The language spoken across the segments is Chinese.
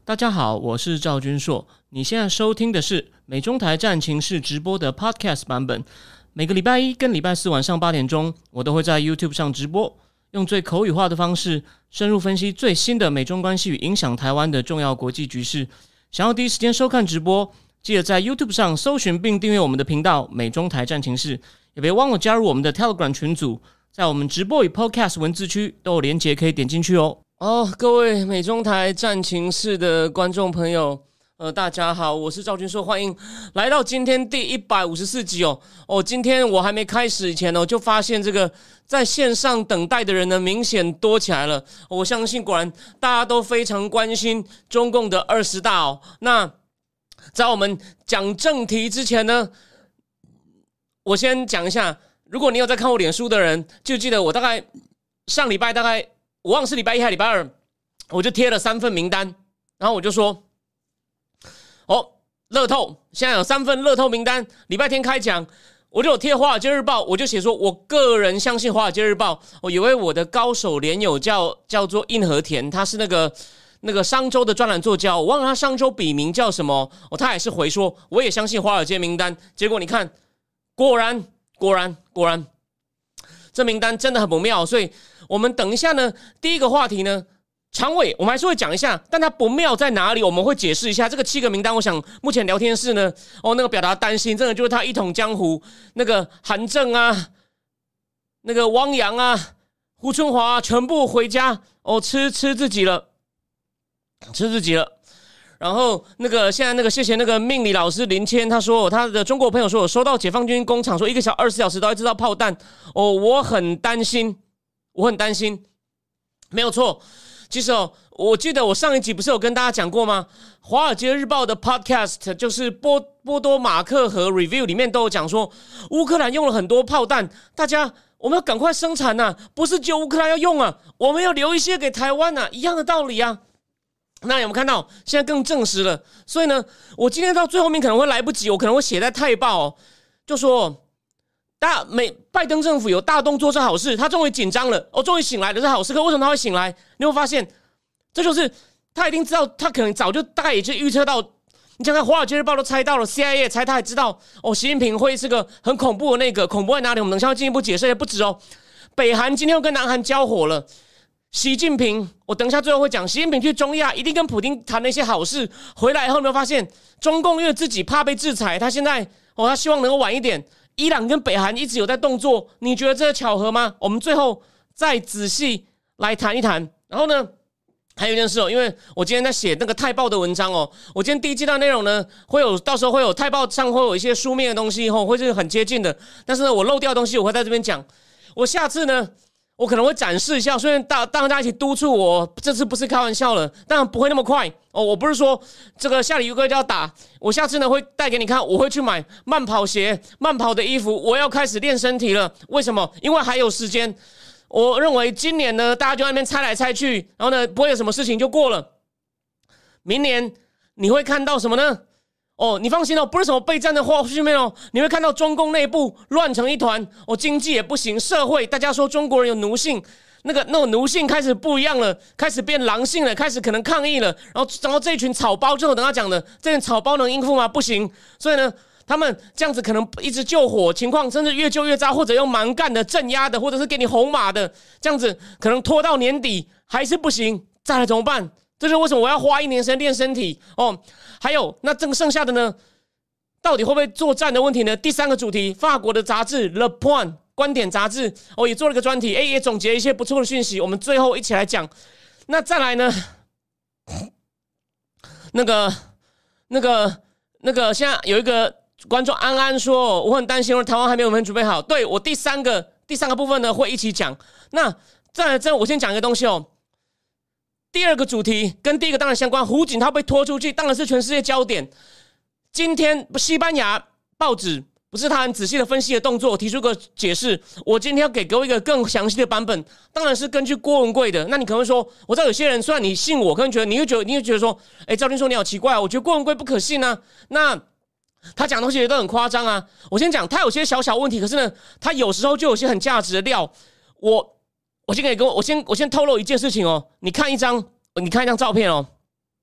大家好，我是赵君硕。你现在收听的是美中台战情室直播的 Podcast 版本。每个礼拜一跟礼拜四晚上8点钟，我都会在 YouTube 上直播，用最口语化的方式，深入分析最新的美中关系与影响台湾的重要国际局势。想要第一时间收看直播，记得在 YouTube 上搜寻并订阅我们的频道美中台战情室，也别忘了加入我们的 Telegram 群组，在我们直播与 Podcast 文字区都有连结可以点进去哦。各位美中台战情室的观众朋友，大家好，我是赵君硕，欢迎来到今天第154集哦。今天我还没开始以前就发现这个在线上等待的人呢明显多起来了。我相信果然大家都非常关心中共的20大哦。那在我们讲正题之前呢，我先讲一下，如果你有在看我脸书的人，就记得我大概上礼拜我忘了是礼拜一还是礼拜二，我就贴了3份名单，然后我就说，乐透现在有3份乐透名单，礼拜天开奖，我就有贴《华尔街日报》，我就写说，我个人相信《华尔街日报》。有位我的高手连友叫做印和田，他是那个商周的专栏作家，我忘了他商周笔名叫什么，他也是回说，我也相信华尔街名单。结果你看，果然，这名单真的很不妙，所以我们等一下呢，第一个话题呢，常委我们还是会讲一下，但它不妙在哪里，我们会解释一下。这个7个名单，我想目前聊天室呢，那个表达担心，真的就是他一统江湖，那个韩正啊，那个汪洋啊，胡春华全部回家吃自己了。然后现在谢谢那个命理老师林谦，他说他的中国朋友说，我收到解放军工厂说24小时都在制造炮弹，我很担心，没有错。其实我记得我上一集不是有跟大家讲过吗？华尔街日报的 podcast 就是波多马克和 review 里面都有讲说，乌克兰用了很多炮弹，大家我们要赶快生产啊，不是只有乌克兰要用啊，我们要留一些给台湾啊，一样的道理啊。那有没有看到？现在更证实了。所以呢，我今天到最后面可能会来不及，我可能会写在泰报就说拜登政府有大动作是好事，他终于紧张了，终于醒来了是好事。可为什么他会醒来？你会发现，这就是他一定知道，他可能早就大概也就预测到。你想看《华尔街日报》都猜到了 ，CIA 也猜，他也知道习近平会是个很恐怖的恐怖在哪里？我们等一下进一步解释。也不止北韩今天又跟南韩交火了。习近平，我等一下最后会讲，习近平去中亚一定跟普丁谈了一些好事，回来以后有没有发现，中共因为自己怕被制裁，他现在他希望能够晚一点。伊朗跟北韩一直有在动作，你觉得这是巧合吗？我们最后再仔细来谈一谈。然后呢，还有一件事因为我今天在写那个泰报的文章我今天第一阶段内容呢，到时候会有泰报上会有一些书面的东西会是很接近的，但是呢，我漏掉的东西我会在这边讲。我下次呢，我可能会展示一下，虽然大家一起督促我，这次不是开玩笑了，当然不会那么快我不是说这个下礼拜就要打，我下次呢会带给你看，我会去买慢跑鞋、慢跑的衣服，我要开始练身体了。为什么？因为还有时间。我认为今年呢，大家就在那边猜来猜去，然后呢，不会有什么事情就过了。明年你会看到什么呢？你放心不是什么备战的后续面你会看到中共内部乱成一团经济也不行，社会大家说中国人有奴性，那种奴性开始不一样了，开始变狼性了，开始可能抗议了，然后这一群草包，就我等他讲的，这群草包能应付吗？不行，所以呢，他们这样子可能一直救火情况，甚至越救越糟，或者用蛮干的、镇压的，或者是给你红马的，这样子可能拖到年底还是不行，再来怎么办？这就是为什么我要花1年时间练身体还有那这个剩下的呢，到底会不会作战的问题呢？第3个主题，法国的杂志 Le Point 观点杂志也做了个专题，也总结一些不错的讯息，我们最后一起来讲。那再来呢，那个现在有一个观众安安说，我很担心台湾还没有准备好。对，我第三个部分呢会一起讲。那再来我先讲一个东西第2个主题跟第1个当然相关，胡锦涛被拖出去，当然是全世界焦点。今天西班牙报纸不是他很仔细的分析的动作，提出个解释。我今天要给各位一个更详细的版本，当然是根据郭文贵的。那你可能会说，我知道有些人虽然你信我，可能觉得你会觉得说，赵军说你好奇怪我觉得郭文贵不可信啊。那他讲的东西也都很夸张啊。我先讲，他有些小问题，可是呢，他有时候就有些很价值的料。我先透露一件事情你看一张照片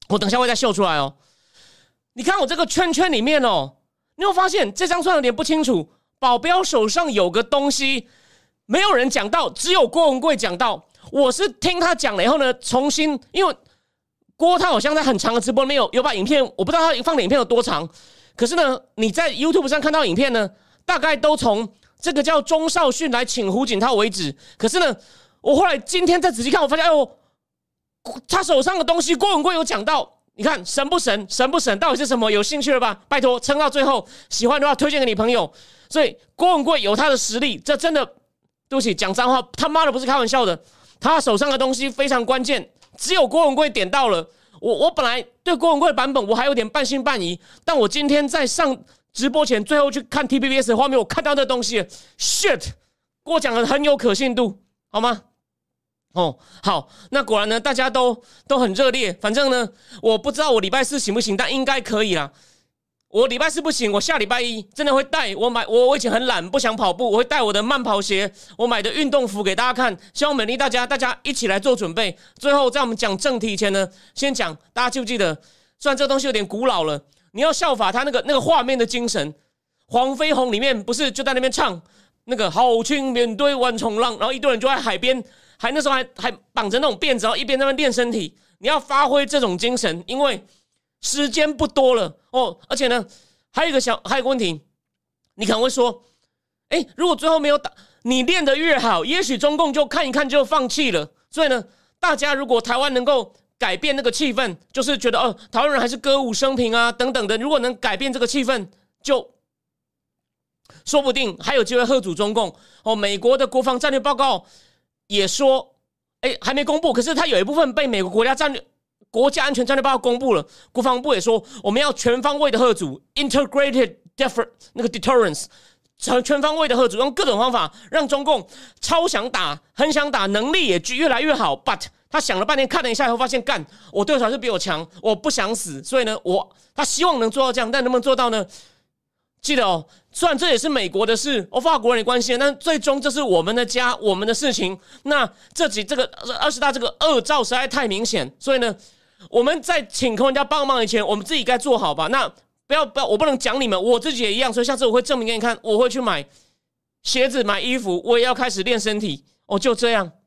我等一下会再秀出来哦。你看我这个圈圈里面哦，你有发现这张算有点不清楚？保镖手上有个东西，没有人讲到，只有郭文贵讲到。我是听他讲了以后呢，重新因为郭他好像在很长的直播里面有把影片，我不知道他放的影片有多长，可是呢，你在 YouTube 上看到影片呢，大概都从这个叫钟少训来请胡锦涛为止。可是呢，我后来今天再仔细看，我发现，哎呦，他手上的东西郭文贵有讲到。你看神不神，神不神，到底是什么？有兴趣了吧？拜托撑到最后，喜欢的话推荐给你朋友。所以郭文贵有他的实力，这真的对不起讲脏话，他妈的不是开玩笑的。他手上的东西非常关键，只有郭文贵点到了。我本来对郭文贵的版本我还有点半信半疑，但我今天在上直播前最后去看 TPBS 的画面，我看到这东西 ，shit， 郭讲的很有可信度，好吗？哦，好，那果然呢，大家都很热烈。反正呢，我不知道我礼拜四行不行，但应该可以啦。我礼拜四不行，我下礼拜一真的会带我以前很懒，不想跑步，我会带我的慢跑鞋，我买的运动服给大家看，希望勉励大家一起来做准备。最后，在我们讲正题以前呢，先讲大家记不记得？虽然这个东西有点古老了，你要效法他那个画面的精神。黄飞鸿里面不是就在那边唱那个好青面对万重浪，然后一堆人就在海边。那时候还绑着那种辫子，然后一边在那边练身体。你要发挥这种精神，因为时间不多了哦。而且呢，还有一个问题，你可能会说，如果最后没有打，你练得越好，也许中共就看一看就放弃了。所以呢，大家如果台湾能够改变那个气氛，就是觉得台湾人还是歌舞升平啊等等的，如果能改变这个气氛，就说不定还有机会嚇阻中共哦。美国的国防战略报告也说，还没公布，可是它有一部分被美国国家安全战略报告公布了。国防部也说，我们要全方位的嚇阻 ，integrated deterrence， 全方位的嚇阻，用各种方法让中共超想打、很想打，能力也越来越好。But 他想了半天，看了一下以后发现，我对手还是比我强，我不想死，所以呢，他希望能做到这样，但能不能做到呢？记得哦，虽然这也是美国的事，法国人也关心，但最终这是我们的家，我们的事情。那这个20大这个恶兆实在太明显，所以呢，我们在请求人家帮忙以前，我们自己该做好吧。那不要，我不能讲你们，我自己也一样。所以下次我会证明给你看，我会去买鞋子、买衣服，我也要开始练身体。就这样。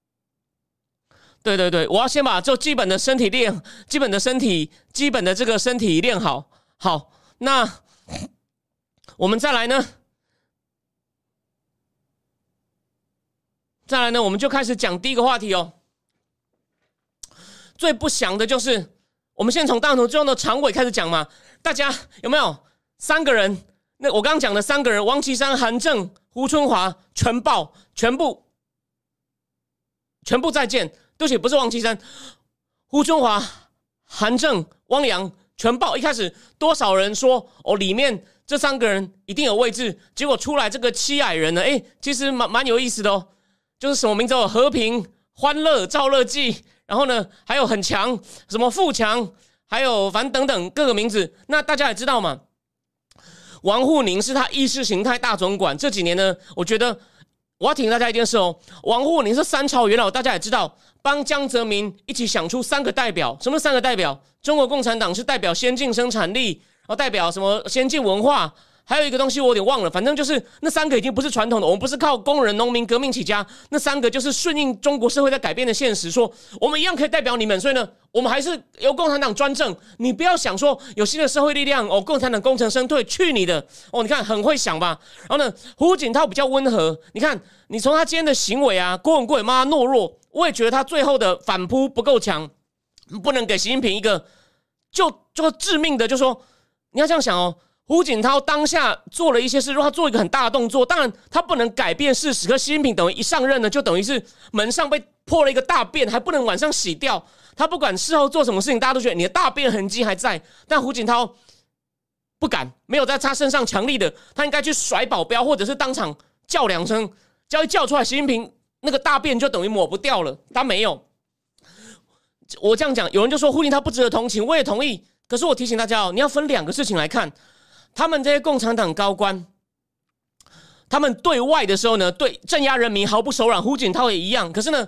对，我要先把就基本的身体练，基本的这个身体练好。好，那我们再来呢，我们就开始讲第一个话题哦。最不祥的就是，我们先从大头最后的常委开始讲嘛。大家有没有3个人？那我刚刚讲的3个人，王岐山、韩正、胡春华全爆，全部再见。对不起，不是王岐山，胡春华、韩正、汪洋全爆。一开始多少人说里面这3个人一定有位置，结果出来这个七矮人呢，其实蛮有意思的哦。就是什么名字哦，和平、欢乐、赵乐际，然后呢还有很强，什么富强，还有反正等等各个名字。那大家也知道嘛，王沪宁是他意识形态大总管。这几年呢，我觉得我要提醒大家一件事哦，王沪宁是3朝元老，大家也知道，帮江泽民一起想出3个代表。什么3个代表？中国共产党是代表先进生产力，然后代表什么先进文化，还有一个东西我有点忘了，反正就是那3个已经不是传统的，我们不是靠工人、农民、革命起家，那3个就是顺应中国社会在改变的现实，说我们一样可以代表你们，所以呢，我们还是由共产党专政。你不要想说有新的社会力量共产党功成身退，去你的你看很会想吧。然后呢，胡锦涛比较温和，你看你从他今天的行为啊，郭文贵骂他懦弱，我也觉得他最后的反扑不够强，不能给习近平一个就致命的，就说你要这样想哦。胡锦涛当下做了一些事，让他做一个很大的动作，当然他不能改变事实。可习近平等于一上任呢，就等于是门上被破了一个大便，还不能晚上洗掉。他不管事后做什么事情，大家都觉得你的大便痕迹还在。但胡锦涛不敢，没有在他身上强力的，他应该去甩保镖，或者是当场叫2声，一叫出来，习近平那个大便就等于抹不掉了。他没有。我这样讲，有人就说胡锦涛不值得同情，我也同意。可是我提醒大家你要分2个事情来看。他们这些共产党高官，他们对外的时候呢，对镇压人民毫不手软，胡锦涛也一样。可是呢，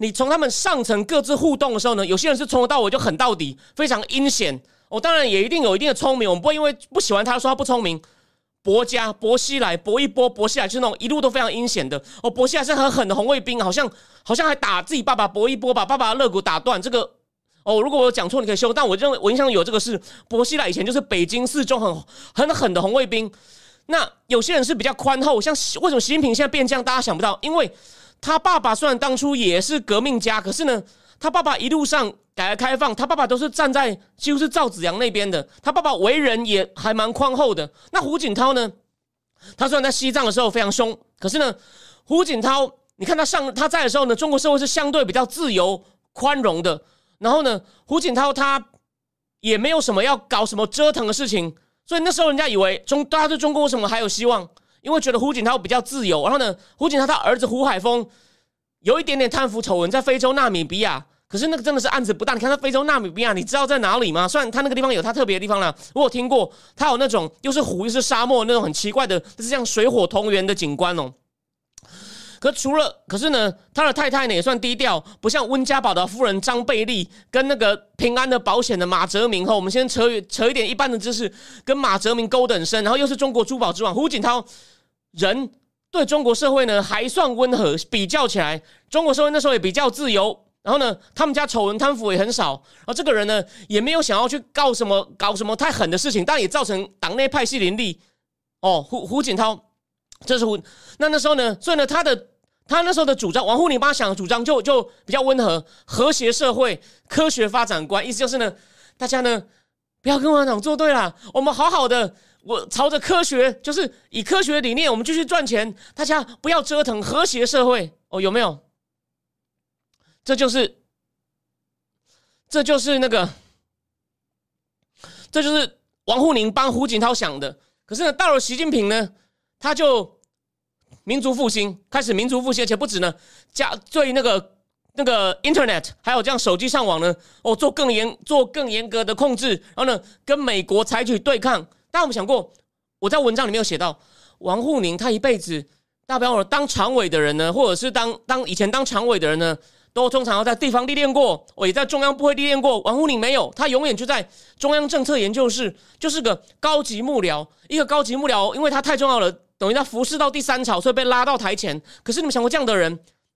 你从他们上层各自互动的时候呢，有些人是从头到尾就狠到底，非常阴险。当然也一定有一定的聪明，我们不会因为不喜欢他说他不聪明。薄家、薄熙来、薄一波、薄熙来，就是那种一路都非常阴险的。薄熙来是很狠的红卫兵，好像还打自己爸爸薄一波，把爸爸的肋骨打断。这个如果我有讲错，你可以修。但我认为我印象有这个是薄熙来以前就是北京四中很狠的红卫兵。那有些人是比较宽厚，像为什么习近平现在变这样，大家想不到，因为他爸爸虽然当初也是革命家，可是呢，他爸爸一路上改革开放，他爸爸都是站在几乎是赵紫阳那边的，他爸爸为人也还蛮宽厚的。那胡锦涛呢？他虽然在西藏的时候非常凶，可是呢，胡锦涛，你看他在的时候呢，中国社会是相对比较自由宽容的。然后呢，胡锦涛他也没有什么要搞什么折腾的事情，所以那时候人家以为大家对中国为什么还有希望？因为觉得胡锦涛比较自由。然后呢，胡锦涛他儿子胡海峰有一点点贪腐丑闻，在非洲纳米比亚。可是那个真的是案子不大，你看他非洲纳米比亚，你知道在哪里吗？虽然他那个地方有他特别的地方啦，我有听过，他有那种又是湖又是沙漠那种很奇怪的，就是像水火同源的景观哦。可是呢，他的太太呢也算低调，不像温家宝的夫人张贝利跟那个平安的保险的马泽民我们先扯一点一般的知识，跟马泽民勾等深，然后又是中国珠宝之王胡锦涛，人对中国社会呢还算温和，比较起来，中国社会那时候也比较自由。然后呢，他们家丑闻贪腐也很少，然后这个人呢也没有想要去搞什么太狠的事情，但也造成党内派系林立。胡锦涛，这是那时候呢，所以呢，他那时候的主张，王沪宁帮他想的主张就比较温和，和谐社会，科学发展观，意思就是呢，大家呢不要跟共产党作对啦，我们好好的，我朝着科学，就是以科学理念，我们继续赚钱，大家不要折腾，和谐社会。有没有？这就是王沪宁帮胡锦涛想的。可是呢，到了习近平呢，他就民族复兴，开始民族复兴，而且不止呢，对那个 Internet 还有这样手机上网呢，做更严格的控制，然后呢，跟美国采取对抗。大家有没有想过？我在文章里面有写到，王沪宁他一辈子，大不了当常委的人呢，或者是以前当常委的人呢，都通常要在地方历练过，也在中央部会历练过。王沪宁没有，他永远就在中央政策研究室，就是个高级幕僚。一个高级幕僚，因为他太重要了，等于他服侍到第三朝，所以被拉到台前。可是你们想过这样的人，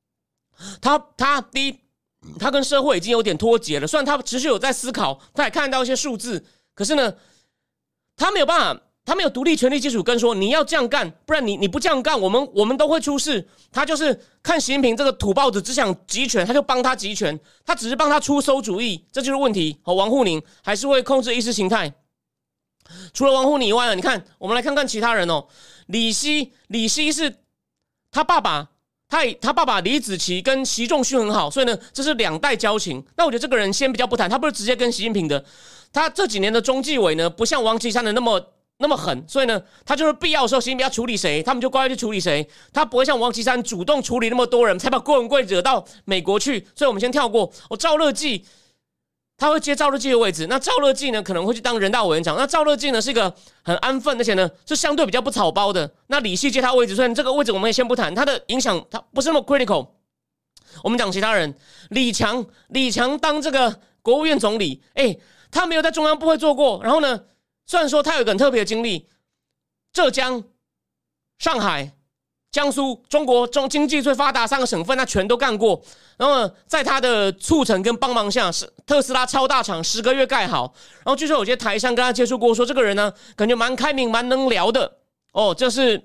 第一，他跟社会已经有点脱节了。虽然他持续有在思考，他也看到一些数字，可是呢，他没有办法。他没有独立权力基础跟说你要这样干，不然你不这样干，我们都会出事。他就是看习近平这个土包子只想集权，他就帮他集权，他只是帮他出馊主意，这就是问题。王沪宁还是会控制意识形态。除了王沪宁以外呢，你看我们来看看其他人哦。李希是他爸爸，他爸爸李子柒跟习仲勋很好，所以呢这是两代交情。那我觉得这个人先比较不谈，他不是直接跟习近平的。他这几年的中纪委呢，不像王岐山的那么狠，所以呢，他就是必要的时候，习近平要处理谁，他们就乖乖去处理谁。他不会像王岐山主动处理那么多人，才把郭文贵惹到美国去。所以我们先跳过。赵乐际，他会接赵乐际的位置。那赵乐际呢，可能会去当人大委员长。那赵乐际呢，是一个很安分，而且呢，是相对比较不草包的。那李希接他位置，所以这个位置我们也先不谈，他的影响他不是那么 critical。我们讲其他人，李强当这个国务院总理，他没有在中央部会做过，然后呢？虽然说他有一个很特别的经历，浙江、上海、江苏，中国经济最发达3个省份，他全都干过。然后呢，在他的促成跟帮忙下，特斯拉超大厂10个月盖好。然后据说有些台商跟他接触过，说这个人呢，感觉蛮开明、蛮能聊的。这是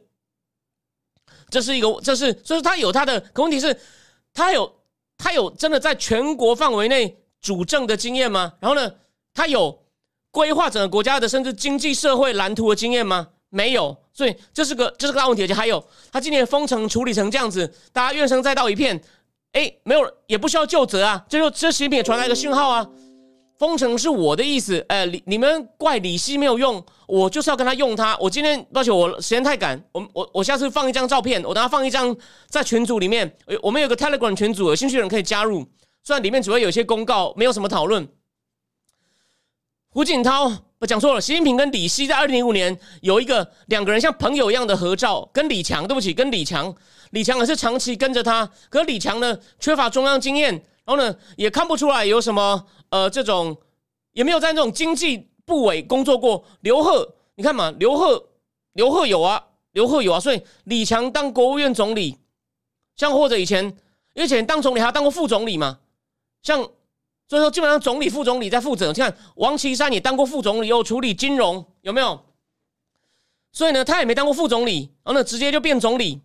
所以他有他的，可问题是，他有真的在全国范围内主政的经验吗？然后呢，他有规划整个国家的甚至经济社会蓝图的经验吗？没有，所以这是个大问题。而且还有，他今年封城处理成这样子，大家怨声载道一片，没有也不需要就责啊，这习近平也传来一个讯号啊，封城是我的意思，你们怪李希没有用，我就是要跟他用他。我今天抱歉，我时间太赶，我下次放一张照片，我等下放一张在群组里面，我们有个 Telegram 群组，有兴趣的人可以加入，虽然里面只会有一些公告，没有什么讨论。 胡锦涛我讲错了，习近平跟李希在2005年有一个两个人像朋友一样的合照，跟李强，对不起，跟李强也是长期跟着他，可是李强呢缺乏中央经验，然后呢也看不出来有什么这种，也没有在那种经济部委工作过。刘鹤，你看嘛，刘鹤有啊，所以李强当国务院总理，像或者以前当总理还当过副总理嘛，像。所以说，基本上总理、副总理在负责。你看，王岐山也当过副总理，又处理金融，有没有？所以呢，他也没当过副总理，然后呢，直接就变总理，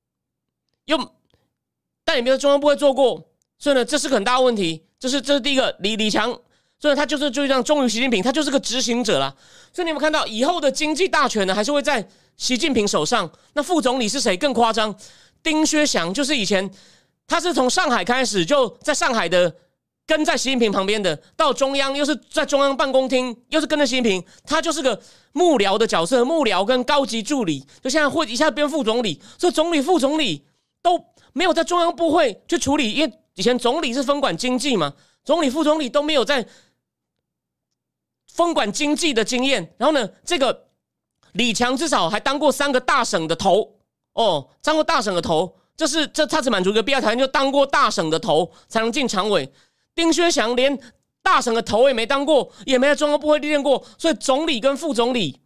但也没有中央部会做过。所以呢，这是个很大的问题。这是第一个，李强，所以他就是这样忠于习近平，他就是个执行者啦。所以你有没有看到，以后的经济大权呢，还是会在习近平手上？那副总理是谁？更夸张，丁薛祥，就是以前他是从上海开始就在上海的。跟在习近平旁边的，到中央又是在中央办公厅，又是跟着习近平，他就是个幕僚的角色，幕僚跟高级助理，就现在会一下变副总理，所以总理、副总理都没有在中央部会去处理，因为以前总理是分管经济嘛，总理、副总理都没有在分管经济的经验。然后呢，这个李强至少还当过3个大省的头当过大省的头，他只满足一个必要条件，就当过大省的头才能进常委。丁薛祥连大省的头也没当过，也没在中央部会历练过，所以总理跟副总理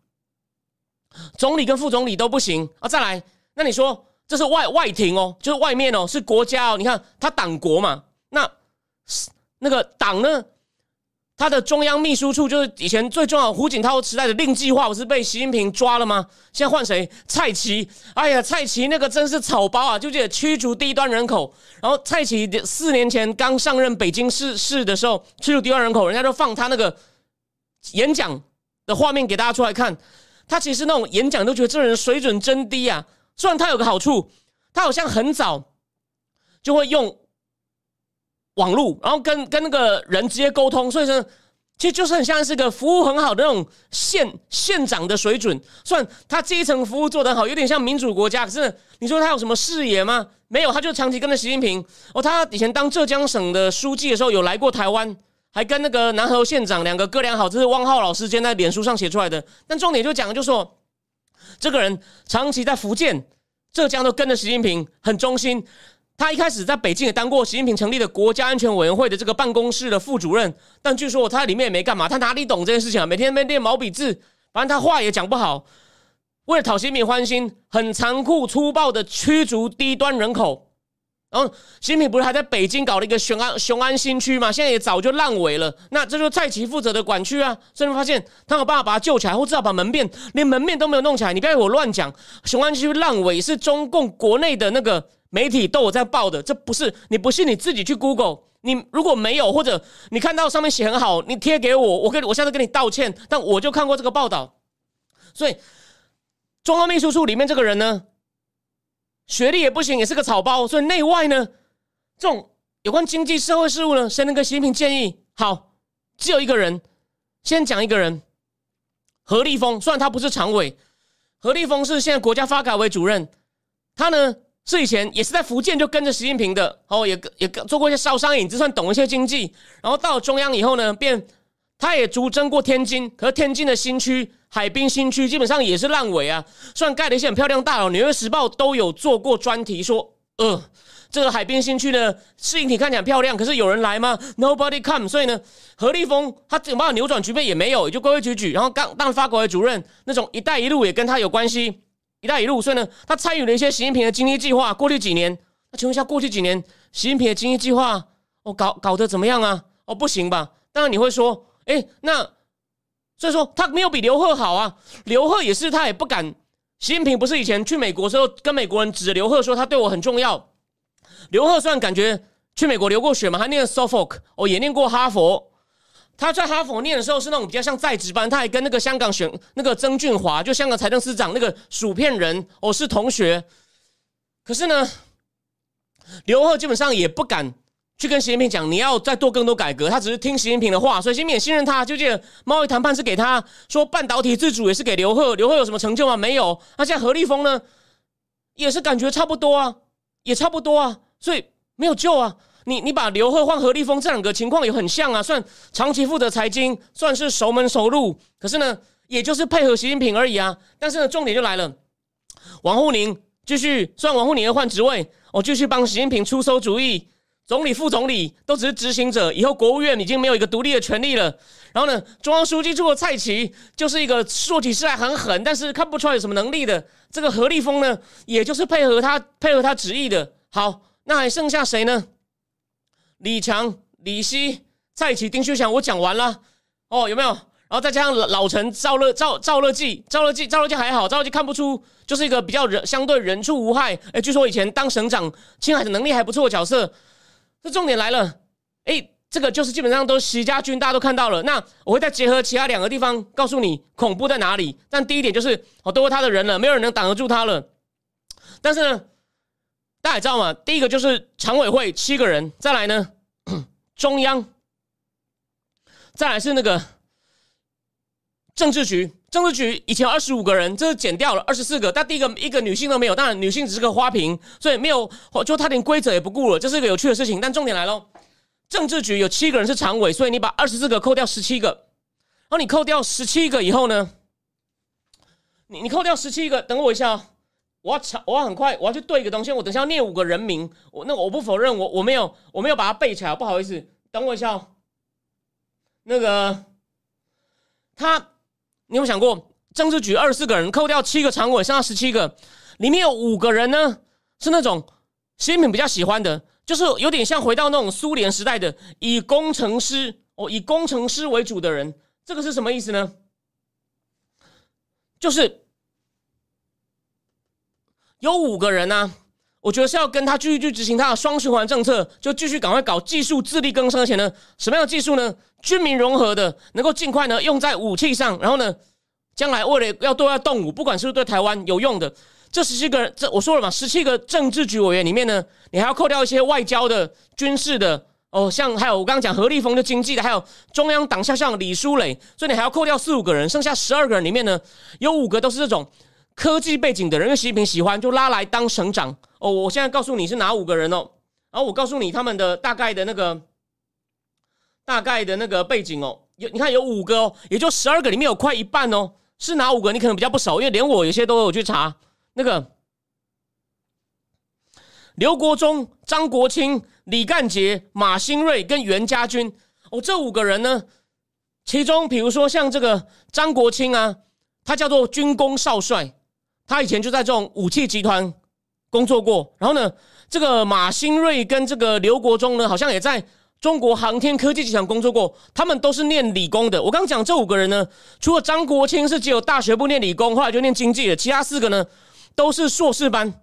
都不行啊！再来，那你说这是外廷就是外面是国家你看他党国嘛，那个党呢？他的中央秘书处就是以前最重要的胡锦涛时代的令计划，不是被习近平抓了吗？现在换谁？蔡奇。哎呀，蔡奇那个真是草包啊！就记得驱逐低端人口，然后蔡奇4年前刚上任北京市的时候，驱逐低端人口，人家就放他那个演讲的画面给大家出来看。他其实那种演讲都觉得这人水准真低啊。虽然他有个好处，他好像很早就会用网络，然后跟那个人直接沟通，所以说其实就是很像是个服务很好的那种县长的水准。虽然他这一层服务做得很好，有点像民主国家，可是你说他有什么视野吗？没有，他就长期跟着习近平。他以前当浙江省的书记的时候有来过台湾，还跟那个南河县长两个哥俩好，这是汪浩老师今天在脸书上写出来的。但重点就讲的就是说，这个人长期在福建、浙江都跟着习近平，很忠心。他一开始在北京也当过习近平成立的国家安全委员会的这个办公室的副主任，但据说他在里面也没干嘛，他哪里懂这件事情啊？每天在那边练毛笔字，反正他话也讲不好。为了讨习近平欢心，很残酷粗暴的驱逐低端人口。然后习近平不是还在北京搞了一个雄安新区吗？现在也早就烂尾了。那这就是蔡奇负责的管区啊。所以你发现他有办法把它救起来，或至少把连门面都没有弄起来。你不要以为我乱讲，雄安区烂尾是中共国内的那个媒体都有在报的，这不是你不信你自己去 Google。你如果没有，或者你看到上面写很好，你贴给我，我下次跟你道歉。但我就看过这个报道，所以中央秘书处里面这个人呢，学历也不行，也是个草包。所以内外呢，这种有关经济社会事务呢，谁能跟习近平建议？好，只有一个人，先讲一个人，何立峰。虽然他不是常委，何立峰是现在国家发改委主任，他呢是以前也是在福建就跟着习近平的，也做过一些招商引资，算懂一些经济。然后到了中央以后呢，他也逐征过天津，可是天津的新区海滨新区基本上也是烂尾啊。虽然盖了一些很漂亮大楼，纽约时报都有做过专题说，这个海滨新区的适应体看起来很漂亮，可是有人来吗 ？Nobody come。所以呢，何立峰他有办法扭转局面也没有，也就规规矩矩。然后刚当发改委主任，那种“一带一路”也跟他有关系，“一带一路”。所以呢，他参与了一些习近平的经济计划。过去几年，那请问一下，过去几年习近平的经济计划搞得怎么样啊？不行吧？当然你会说。那所以说他没有比刘鹤好啊。刘鹤也是，他也不敢。习近平不是以前去美国的时候跟美国人指着刘鹤说他对我很重要。刘鹤虽然感觉去美国流过血嘛，他念 Suffolk， 也念过哈佛。他在哈佛念的时候是那种比较像在职班，他还跟那个香港那个曾俊华，就香港财政司长那个薯片人是同学。可是呢，刘鹤基本上也不敢去跟习近平讲你要再做更多改革，他只是听习近平的话，所以习近平也信任他。就记得贸易谈判是给他，说半导体自主也是给刘鹤。刘鹤有什么成就吗？没有。那现在何立峰呢，也是感觉差不多啊，也差不多啊，所以没有救啊。 你把刘鹤换何立峰这两个情况也很像啊，算长期负责财经，算是熟门熟路，可是呢，也就是配合习近平而已啊。但是呢，重点就来了，王沪宁继续，虽然王沪宁要换职位，继续帮习近平出馊主意，总理、副总理都只是执行者，以后国务院已经没有一个独立的权利了。然后呢，中央书记处的蔡奇就是一个说起事来很狠，但是看不出来有什么能力的。这个何立峰呢，也就是配合他旨意的。好，那还剩下谁呢？李强、李希、蔡奇、丁薛祥，我讲完了有没有？然后再加上老陈、赵乐际还好，赵乐际看不出，就是一个比较相对人畜无害。据说以前当省长，青海的能力还不错的角色。这重点来了，这个就是基本上都是习家军，大家都看到了。那我会再结合其他两个地方告诉你恐怖在哪里。但第一点就是都是他的人了，没有人能挡得住他了。但是呢，大家也知道嘛，第一个就是常委会7个人，再来呢中央，再来是那个政治局以前有25个人，这是减掉了24个，但第一个女性都没有，当然女性只是个花瓶，所以没有，就他连规则也不顾了，这是一个有趣的事情。但重点来咯，政治局有7个人是常委，所以你把24个扣掉17个，然后你扣掉17个以后呢，你扣掉17个，等我一下我要很快，我要去对一个东西，我等一下要念5个人名，我不否认，我没有把它背起来，不好意思，等我一下那个你有没有想过，政治局24个人扣掉7个常委，剩下17个，里面有5个人呢是那种习近平比较喜欢的，就是有点像回到那种苏联时代的以工程师为主的人。这个是什么意思呢？就是有5个人啊，我觉得是要跟他继续去执行他的双循环政策，就继续赶快搞技术自力更生。而且呢，什么样的技术呢？军民融合的，能够尽快呢用在武器上，然后呢，将来为了要对外动武，不管是不是对台湾有用的，这17个人，我说了嘛，17个政治局委员里面呢，你还要扣掉一些外交的、军事的像还有我刚刚讲何立峰就经济的，还有中央党校像李书磊，所以你还要扣掉4、5个人，剩下12个人里面呢，有5个都是这种科技背景的人，因为习近平喜欢，就拉来当省长。我现在告诉你是哪5个人然后我告诉你他们的大概的那个背景你看有5个也就12个里面有快一半是哪5个？你可能比较不熟，因为连我有些都有去查。那个刘国中、张国清、李干杰、马兴瑞跟袁家军这5个人呢，其中比如说像这个张国清啊，他叫做军工少帅，他以前就在这种武器集团工作过。然后呢，这个马兴瑞跟这个刘国中呢，好像也在中国航天科技集团工作过，他们都是念理工的。我刚讲这5个人呢，除了张国清是只有大学部念理工，后来就念经济了，其他4个呢都是硕士班，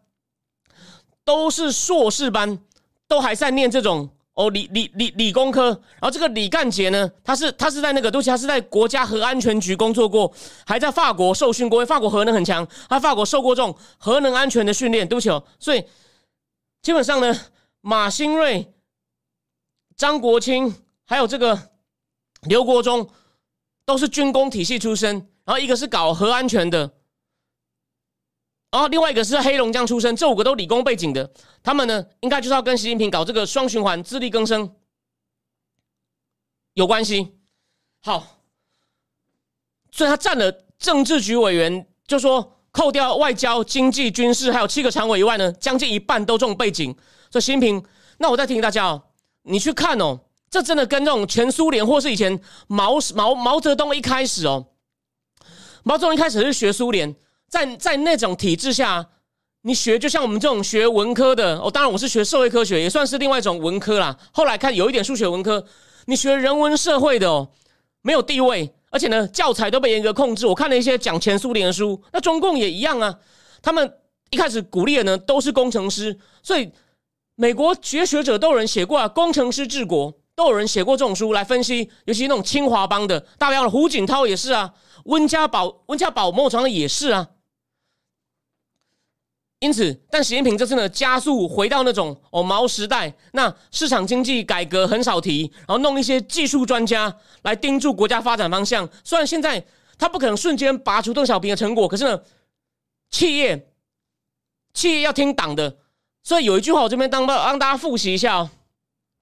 都还在念这种理工科。然后这个李干杰呢，他是在那个他是在国家核安全局工作过，还在法国受训过，因为法国核能很强，他法国受过这种核能安全的训练。对不起所以基本上呢，马兴瑞、张国清还有这个刘国中都是军工体系出身，然后一个是搞核安全的，然后另外一个是黑龙江出身，这5个都理工背景的，他们呢应该就是要跟习近平搞这个双循环自力更生有关系。好，所以他占了政治局委员，就说扣掉外交、经济、军事还有7个常委以外呢，将近一半都这种背景。所以习近平，那我再提醒大家你去看这真的跟这种前苏联或是以前毛泽东一开始毛泽东一开始是学苏联，在那种体制下，你学就像我们这种学文科的当然我是学社会科学，也算是另外一种文科啦。后来看有一点数学文科，你学人文社会的没有地位，而且呢教材都被严格控制。我看了一些讲前苏联的书，那中共也一样啊，他们一开始鼓励的呢都是工程师，所以美国学者都有人写过工程师治国，都有人写过这种书来分析，尤其那种清华帮的，大不了胡锦涛也是啊，温家宝某种也是啊。因此，但习近平这次呢，加速回到那种毛时代，那市场经济改革很少提，然后弄一些技术专家来盯住国家发展方向。虽然现在他不可能瞬间拔除邓小平的成果，可是呢，企业要听党的。所以有一句话，我这边让大家复习一下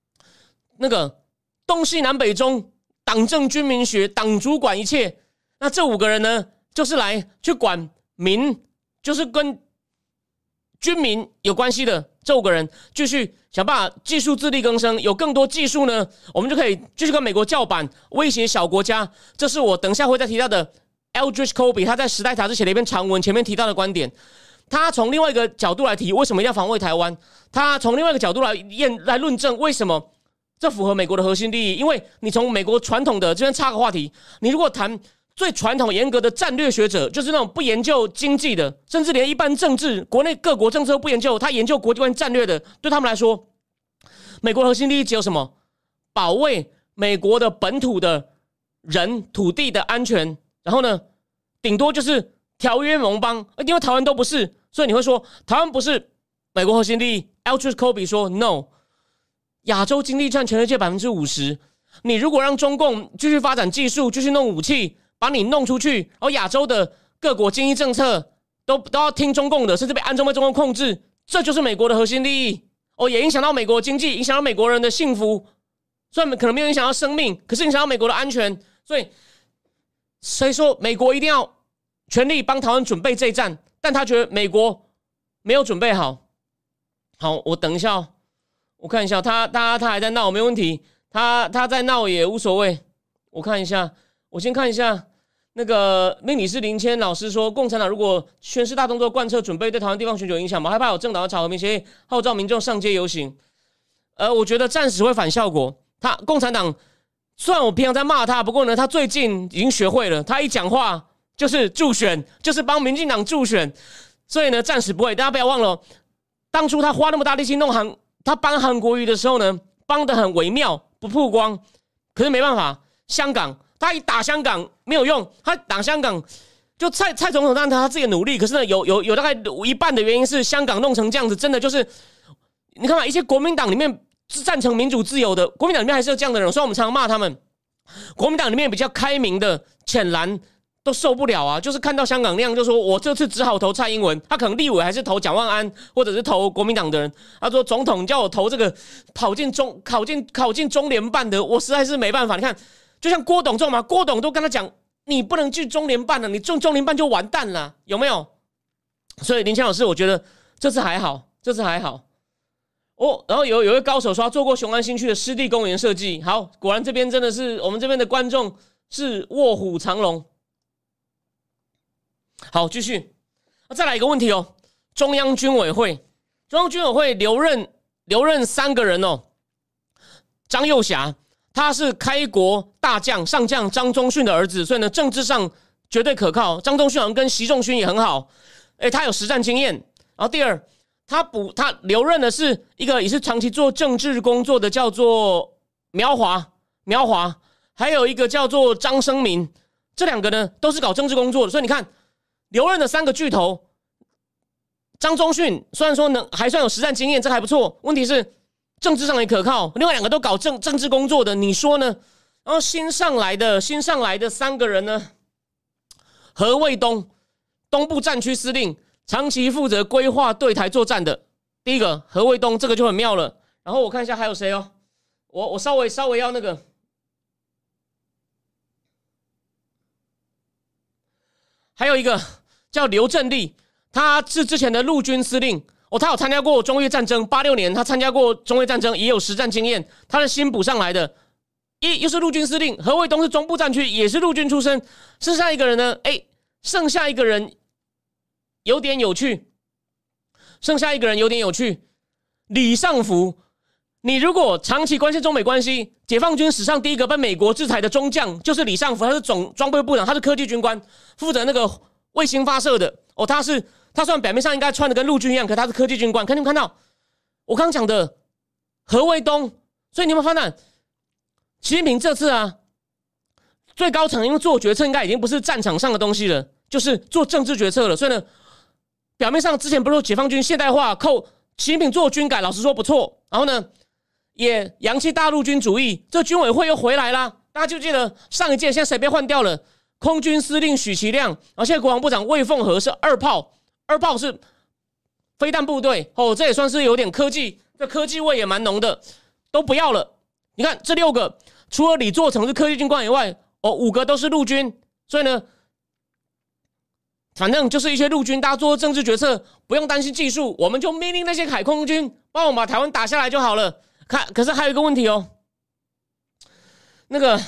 那个东西南北中党政军民学，党主管一切。那这5个人呢，就是来去管民，就是跟军民有关系的。这5个人继续想办法技术自力更生，有更多技术呢，我们就可以继续跟美国叫板，威胁小国家。这是我等一下会再提到的 Eldridge Colby 他在《时代》杂志写了一篇长文，前面提到的观点。他从另外一个角度来提为什么要防卫台湾，他从另外一个角度来论证为什么这符合美国的核心利益。因为你从美国传统的这边插个话题，你如果谈最传统严格的战略学者，就是那种不研究经济的，甚至连一般政治国内各国政策都不研究，他研究国际关系战略的，对他们来说，美国的核心利益只有什么？保卫美国的本土的人土地的安全，然后呢，顶多就是条约盟邦，因为台湾都不是，所以你会说台湾不是美国核心利益。Eldridge Colby 说 No， 亚洲经济占全世界 50%， 你如果让中共继续发展技术，继续弄武器，把你弄出去，然后亚洲的各国经济政策都要听中共的，甚至被中共控制，这就是美国的核心利益。也影响到美国经济，影响到美国人的幸福。虽然可能没有影响到生命，可是影响到美国的安全。所以说美国一定要全力帮台湾准备这一战，但他觉得美国没有准备好。好，我等一下，我看一下，他还在闹，没问题，他在闹也无所谓。我看一下，我先看一下那个命理师林谦老师说，共产党如果宣示大动作贯彻准备，对台湾地方选举有影响吗？害怕有政党的炒和平协议，号召民众上街游行。我觉得暂时会反效果。共产党虽然我平常在骂他，不过呢，他最近已经学会了，他一讲话就是助选，就是帮民进党助选，所以呢，暂时不会。大家不要忘了，当初他花那么大力气他帮韩国瑜的时候呢，帮得很微妙，不曝光。可是没办法，香港他一打香港没有用，他打香港就蔡总统当然他自己的努力，可是呢，有大概一半的原因是香港弄成这样子，真的就是你看嘛，一些国民党里面是赞成民主自由的，国民党里面还是有这样的人，所以我们常常骂他们。国民党里面比较开明的浅蓝都受不了啊，就是看到香港那样，就说我这次只好投蔡英文，他可能立委还是投蒋万安，或者是投国民党的人。他说总统叫我投这个考进中联办的，我实在是没办法。你看，就像郭董这种嘛，郭董都跟他讲，你不能进中联办了，你中联办就完蛋了，有没有？所以林谦老师，我觉得这次还好。然后有一位高手说他做过雄安新区的湿地公园设计，好，果然这边真的是我们这边的观众是卧虎藏龙。好，继续，再来一个问题哦，中央军委会留任3个人哦，张幼霞他是开国大将上将张宗逊的儿子，所以呢政治上绝对可靠。张宗逊好像跟习仲勋也很好，他有实战经验。然后第二，他留任的是一个也是长期做政治工作的，叫做苗华，还有一个叫做张生民，这2个呢都是搞政治工作的，所以你看留任的3个巨头，张宗逊虽然说还算有实战经验，这还不错，问题是政治上也可靠，另外2个都搞政治工作的，你说呢？然后新上来的3个人呢，何卫东，东部战区司令，长期负责规划对台作战的。第一个何卫东，这个就很妙了。然后我看一下还有谁哦，我稍微要那个，还有一个叫刘正利，他是之前的陆军司令他有参加过中越战争，86年他参加过中越战争，也有实战经验，他是新补上来的，又是陆军司令。何卫东是中部战区，也是陆军出身。剩下一个人呢？剩下一个人有点有趣，李尚福。你如果长期关心中美关系，解放军史上第一个被美国制裁的中将就是李尚福，他是总装备部长，他是科技军官，负责那个卫星发射的。他虽然表面上应该穿的跟陆军一样，可他是科技军官。看你们看到我刚讲的何卫东，所以你有没有发现，习近平这次最高层因为做决策应该已经不是战场上的东西了，就是做政治决策了。所以呢，表面上之前不是说解放军现代化习近平做军改，老实说不错。然后呢，也扬弃大陆军主义，这军委会又回来啦。大家就记得上一届现在谁被换掉了？空军司令许其亮，然后现在国防部长魏凤和是2炮是飞弹部队这也算是有点科技，这科技味也蛮浓的，都不要了。 你看这6个，除了李作成是科技军官以外，5个都是陆军，所以呢，反正就是一些陆军，大家做政治决策不用担心技术，我们就命令那些海空军帮我们把台湾打下来就好了。可是还有一个问题哦，那个，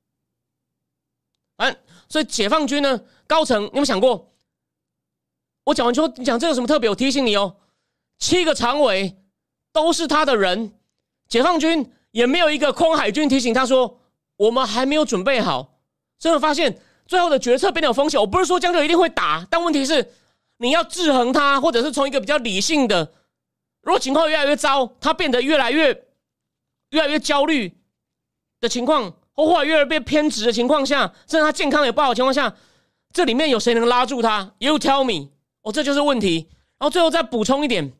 所以解放军呢，高层，你有没有想过？我讲完之后，你讲这有什么特别？我提醒你哦，7个常委都是他的人，解放军也没有一个空海军提醒他说我们还没有准备好。所以我发现最后的决策变得有风险。我不是说江就一定会打，但问题是你要制衡他，或者是从一个比较理性的，如果情况越来越糟，他变得越来越焦虑的情况，或者越来越偏执的情况下，甚至他健康也不好的情况下，这里面有谁能拉住他 ？You tell me。这就是问题。然后最后再补充一点，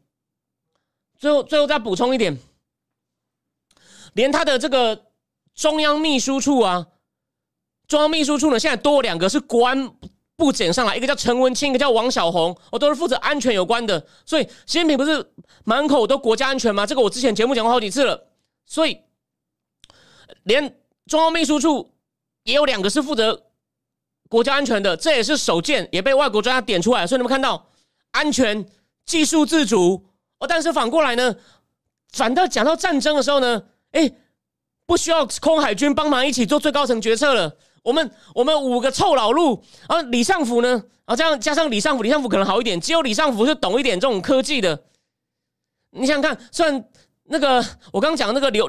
连他的这个中央秘书处啊，中央秘书处呢，现在多2个是国安部检上来，一个叫陈文清，一个叫王小红，都是负责安全有关的。所以习近平不是满口都国家安全吗？这个我之前节目讲过好几次了。所以连中央秘书处也有2个是负责国家安全的，这也是首见，也被外国专家点出来。所以你们看到安全、技术自主，但是反过来呢，反倒讲到战争的时候呢，不需要空海军帮忙一起做最高层决策了。我们5个臭老陆，然后李尚福呢，这样加上李尚福可能好一点，只有李尚福是懂一点这种科技的。你想想看，虽然那个我刚刚讲那个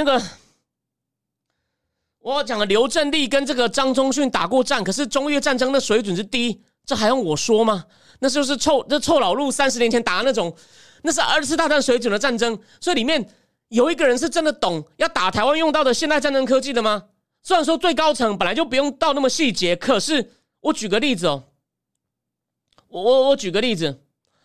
我讲的刘振立跟这个张宗逊打过战，可是中越战争的水准是低，这还用我说吗？那就是臭老陆30年前打的那种，那是2次大战水准的战争，所以里面有一个人是真的懂要打台湾用到的现代战争科技的吗？虽然说最高层本来就不用到那么细节，可是我举个例子哦，我举个例子，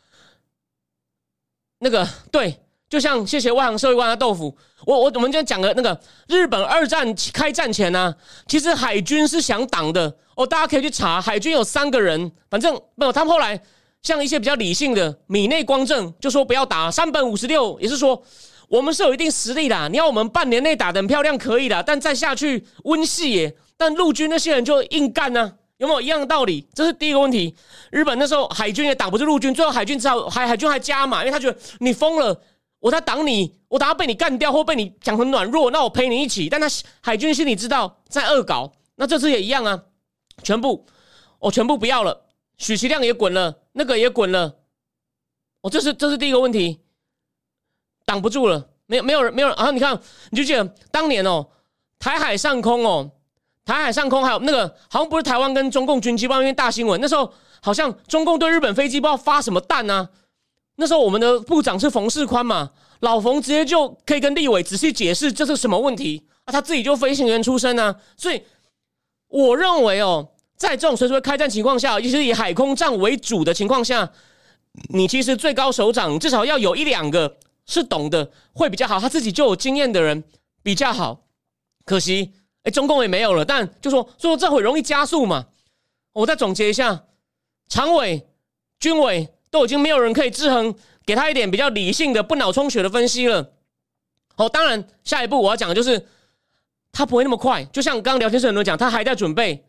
那个对。就像谢谢外行社会观察豆腐，我们今天讲的那个日本2战开战前啊，其实海军是想挡的大家可以去查，海军有3个人，反正没有他们后来像一些比较理性的米内光政就说不要打，山本56也是说我们是有一定实力的，你要我们半年内打得很漂亮可以的，但再下去温系耶，但陆军那些人就硬干啊，有没有一样的道理？这是第一个问题。日本那时候海军也挡不住陆军，最后海军还加码，因为他觉得你疯了。我在挡你，我等下被你干掉或被你讲成软弱，那我陪你一起。但他海军心里知道在恶搞，那这次也一样啊，全部不要了，许其亮也滚了，那个也滚了，这是第一个问题，挡不住了，没有人啊！你看，你就记得当年台海上空还有那个好像不是台湾跟中共军机，不知道因为大新闻，那时候好像中共对日本飞机不知道发什么弹啊。那时候我们的部长是冯世宽嘛，老冯直接就可以跟立委仔细解释这是什么问题啊，他自己就飞行员出身啊，所以我认为在这种随时会开战情况下，尤其是以海空战为主的情况下，你其实最高首长至少要有1-2个是懂的，会比较好，他自己就有经验的人比较好。可惜中共也没有了，但就说这会容易加速嘛。我再总结一下，常委、军委都已经没有人可以制衡，给他一点比较理性的不脑充血的分析了。当然下一步我要讲的就是他不会那么快，就像刚刚聊天室很多人讲，他还在准备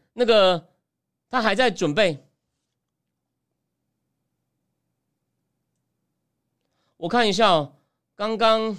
我看一下刚刚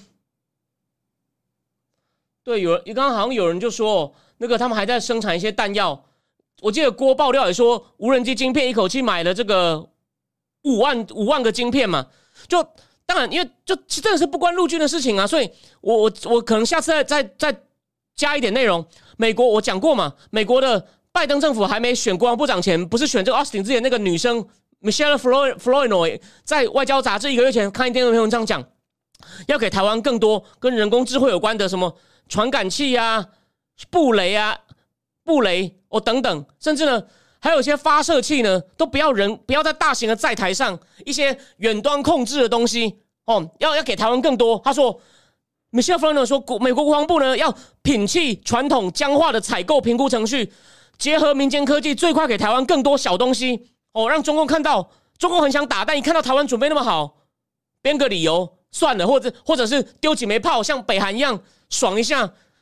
对刚刚好像有人就说那个他们还在生产一些弹药，我记得郭爆料也说无人机晶片一口气买了这个5万个晶片嘛，就当然因为就真的是不关陆军的事情啊，所以我可能下次再加一点内容。美国我讲过嘛，美国的拜登政府还没选国防部长前，不是选这个 Austin 之前那个女生 Michelle Flournoy 在外交杂志1个月前看一篇文章讲，要给台湾更多跟人工智慧有关的什么传感器啊、布雷等等，甚至呢还有一些发射器呢，都不要在大型的载台上，一些远端控制的东西要给台湾更多。他说 ，Michelle Flournoy 说，美国国防部呢要摒弃传统僵化的采购评估程序，结合民间科技，最快给台湾更多小东西让中共看到中共很想打，但一看到台湾准备那么好，编个理由算了，或者是丢几枚炮，像北韩一样爽一下。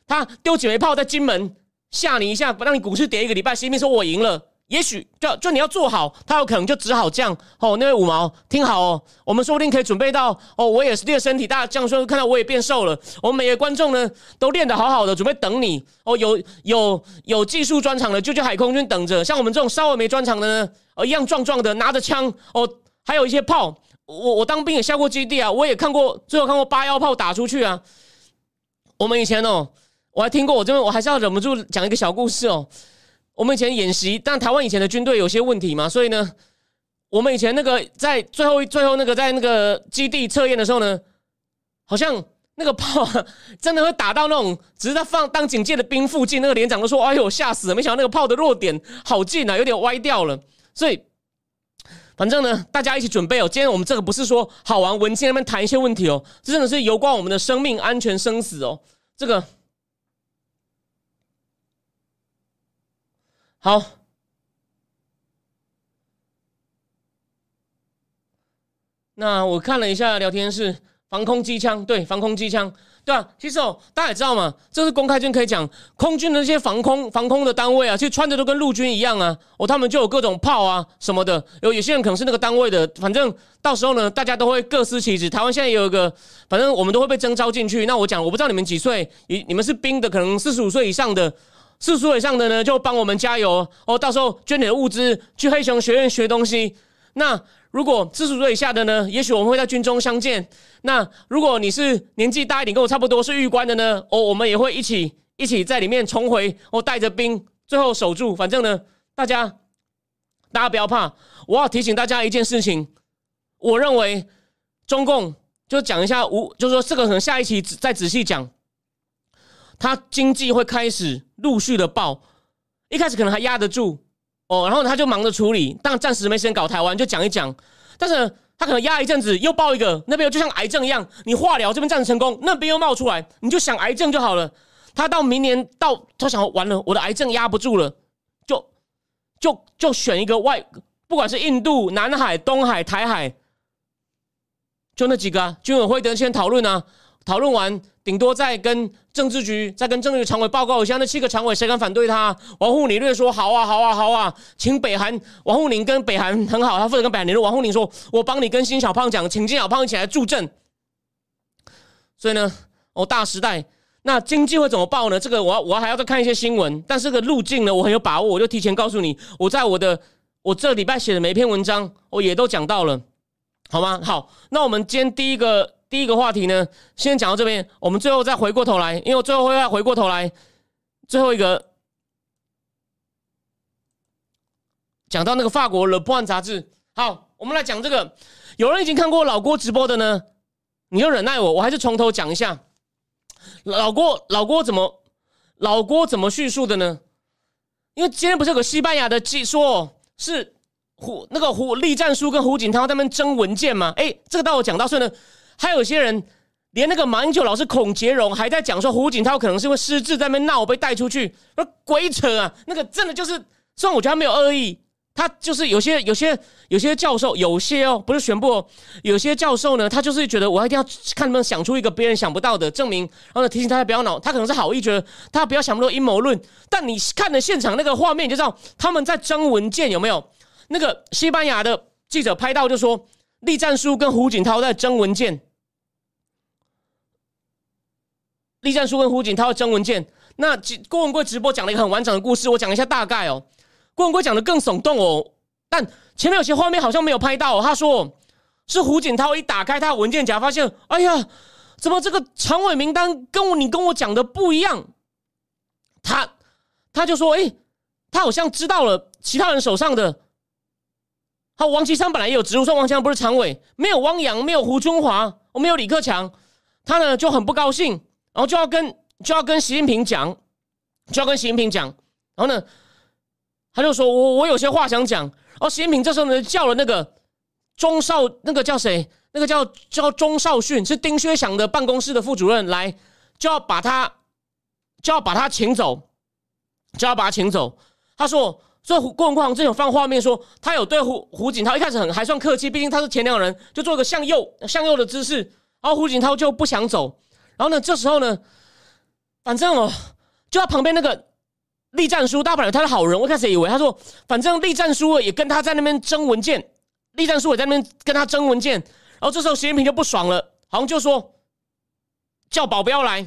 他丢几枚炮在金门吓你一下，让你股市跌一个礼拜，习近平说我赢了。也许就你要做好，他有可能就只好降哦。那位五毛，听好哦，我们说不定可以准备到哦。我也是练身体，大家这样说看到我也变瘦了。我们每个观众呢都练得好好的，准备等你哦。有技术专长的就海空军等着，像我们这种稍微没专长的呢，一样壮壮的拿着枪哦，还有一些炮。我当兵也下过基地啊，我也看过，最后看过8·1炮打出去啊。我们以前哦，我还听过，我这边我还是要忍不住讲一个小故事哦。我们以前演习，但台湾以前的军队有些问题嘛，所以呢，我们以前那个在最后那个在那个基地测验的时候呢，好像那个炮真的会打到那种只是在当警戒的兵附近，那个连长都说：“哎呦，吓死了！没想到那个炮的弱点好近啊，有点歪掉了。”所以，反正呢，大家一起准备哦。今天我们这个不是说好玩文件那边谈一些问题哦，这真的是攸关我们的生命安全、生死哦。这个。好，那我看了一下聊天室，防空机枪，对，防空机枪，对啊，其实哦，大家也知道嘛，这是公开军可以讲，空军的那些防空的单位啊，其实穿的都跟陆军一样啊，哦，他们就有各种炮啊什么的，有些人可能是那个单位的，反正到时候呢，大家都会各司其职。台湾现在也有一个，反正我们都会被征召进去。那我讲，我不知道你们几岁，你们是兵的，可能45岁以上的。45岁以上的呢，就帮我们加油哦！到时候捐点物资去黑熊学院学东西。那如果45岁以下的呢，也许我们会在军中相见。那如果你是年纪大一点，跟我差不多是狱官的呢，哦，我们也会一起在里面重回哦，带着兵最后守住。反正呢，大家不要怕。我要提醒大家一件事情，我认为中共就讲一下，就是说这个可能下一期再仔细讲。他经济会开始陆续的爆，一开始可能还压得住哦，然后他就忙着处理，但暂时没时间搞台湾，就讲一讲。但是他可能压一阵子，又爆一个，那边就像癌症一样，你化疗这边暂时成功，那边又冒出来，你就想癌症就好了。他到明年他想完了，我的癌症压不住了，就选一个不管是印度、南海、东海、台海，就那几个啊，军委会的先讨论啊，讨论完。顶多再跟政治局常委报告一下，那7个常委谁敢反对他？王沪宁略说好啊，请北韩王沪宁跟北韩很好，他负责跟北韩联络。王沪宁说，我帮你跟金小胖讲，请金小胖一起来助阵。所以呢，大时代，那经济会怎么报呢？这个我还要再看一些新闻，但是这个路径呢，我很有把握，我就提前告诉你，我在我这礼拜写的每一篇文章，我也都讲到了，好吗？好，那我们今天第一个话题呢，先讲到这边，我们最后再回过头来，因为我最后会再回过头来，最后一个讲到那个法国《Le Point》杂志。好，我们来讲这个。有人已经看过老郭直播的呢，你就忍耐我，我还是从头讲一下。老郭怎么叙述的呢？因为今天不是有个西班牙的说是栗战书跟胡锦涛在那边争文件吗？这个到我讲到，所以呢。还有些人连那个马英九老师孔杰荣还在讲说胡锦涛可能是因为失智在那边闹被带出去，鬼扯啊！那个真的就是，虽然我觉得他没有恶意，他就是有些教授，不是全部哦，有些教授呢，他就是觉得我一定要看能不能想出一个别人想不到的证明，然后呢提醒大家不要恼，他可能是好意，觉得他不要想那么多阴谋论。但你看了现场那个画面，你就知道他们在争文件有没有？那个西班牙的记者拍到就说，栗战书跟胡锦涛在争文件。栗战书跟胡锦涛的争文件，那郭文贵直播讲了一个很完整的故事，我讲一下大概哦。郭文贵讲的更耸动哦，但前面有些画面好像没有拍到哦。他说是胡锦涛一打开他的文件夹，发现哎呀，怎么这个常委名单你跟我讲的不一样？他就说，他好像知道了其他人手上的。好，王岐山本来也有职务，说王岐山不是常委，没有汪洋，没有胡春华，没有李克强，他呢就很不高兴。然后就要跟习近平讲，然后呢，他就说我有些话想讲。然后习近平这时候呢叫了那个那个叫谁？那个叫钟少训，是丁薛祥的办公室的副主任来，就要把他请走，他说，所以郭文贵好像真有放画面说，他有对胡锦涛一开始还算客气，毕竟他是前两人，就做一个向右的姿势，然后胡锦涛就不想走。然后呢，这时候呢， 反正就他旁边那个栗战书，大本来他是好人，我一开始也以为他说，反正栗战书也跟他在那边争文件，栗战书也在那边跟他争文件，然后这时候习近平就不爽了，好像就说叫保镖来，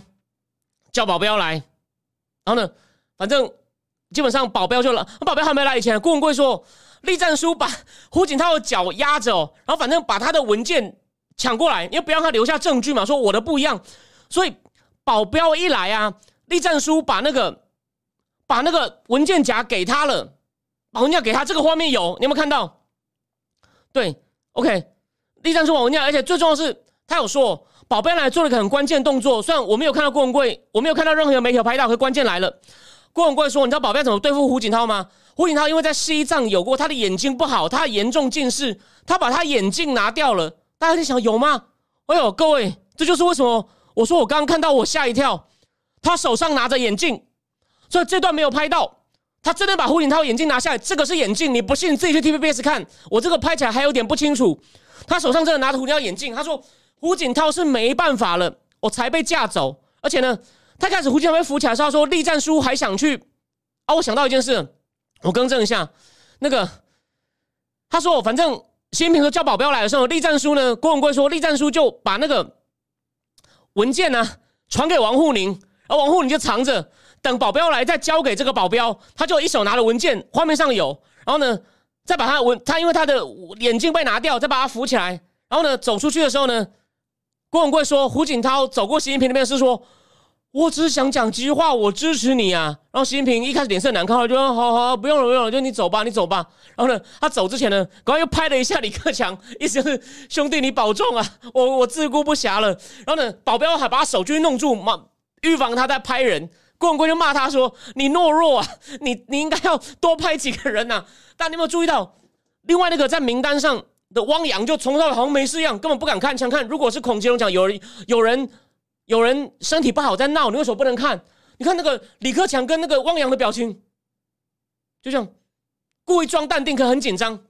然后呢，反正基本上保镖就了，保镖还没来以前，郭文贵说栗战书把胡锦涛的脚压着然后反正把他的文件抢过来，因为不让他留下证据嘛，说我的不一样，所以保镖一来啊，栗战书把那个文件夹给他了，把文件夹给他，这个画面有，你有没有看到？对 ，OK， 栗战书把文件夹，而且最重要的是，他有说保镖来做了一个很关键动作，虽然我没有看到郭文贵，我没有看到任何媒体有拍到，可关键来了，郭文贵说，你知道保镖怎么对付胡锦涛吗？胡锦涛因为在西藏有过，他的眼睛不好，他严重近视，他把他眼镜拿掉了。大家在想有吗？哎呦，各位，这就是为什么我说我刚刚看到我吓一跳，他手上拿着眼镜，所以这段没有拍到。他真的把胡锦涛眼镜拿下来，这个是眼镜，你不信你自己去 TVBS 看，我这个拍起来还有点不清楚。他手上真的拿着胡锦涛眼镜，他说胡锦涛是没办法了，我才被架走。而且呢，他开始胡锦涛被扶起来的时候，他说栗战书还想去我想到一件事，我更正一下，那个他说反正习近平说叫保镖来的时候，栗战书呢，郭文贵说栗战书就把那个文件呢传给王沪宁，而王沪宁就藏着，等保镖来再交给这个保镖，他就一手拿了文件，画面上有，然后呢再把他因为他的眼镜被拿掉，再把他扶起来，然后呢走出去的时候呢，郭文贵说胡锦涛走过习近平那边是说，我只是想讲几句话，我支持你啊。然后习近平一开始脸色难看，就说好，不用了，就你走吧。然后呢，他走之前呢，赶快又拍了一下李克强，意思就是兄弟你保重啊，我自顾不暇了。然后呢，保镖还把他手机弄住，预防他在拍人。郭文贵就骂他说：“你懦弱啊，你应该要多拍几个人啊。”但你有没有注意到，另外那个在名单上的汪洋就从头到尾好像没事一样，根本不敢看。想看，如果是孔杰龙讲有人身体不好在闹，你为什么不能看？你看那个李克强跟那个汪洋的表情，就这样故意装淡定，可很紧张。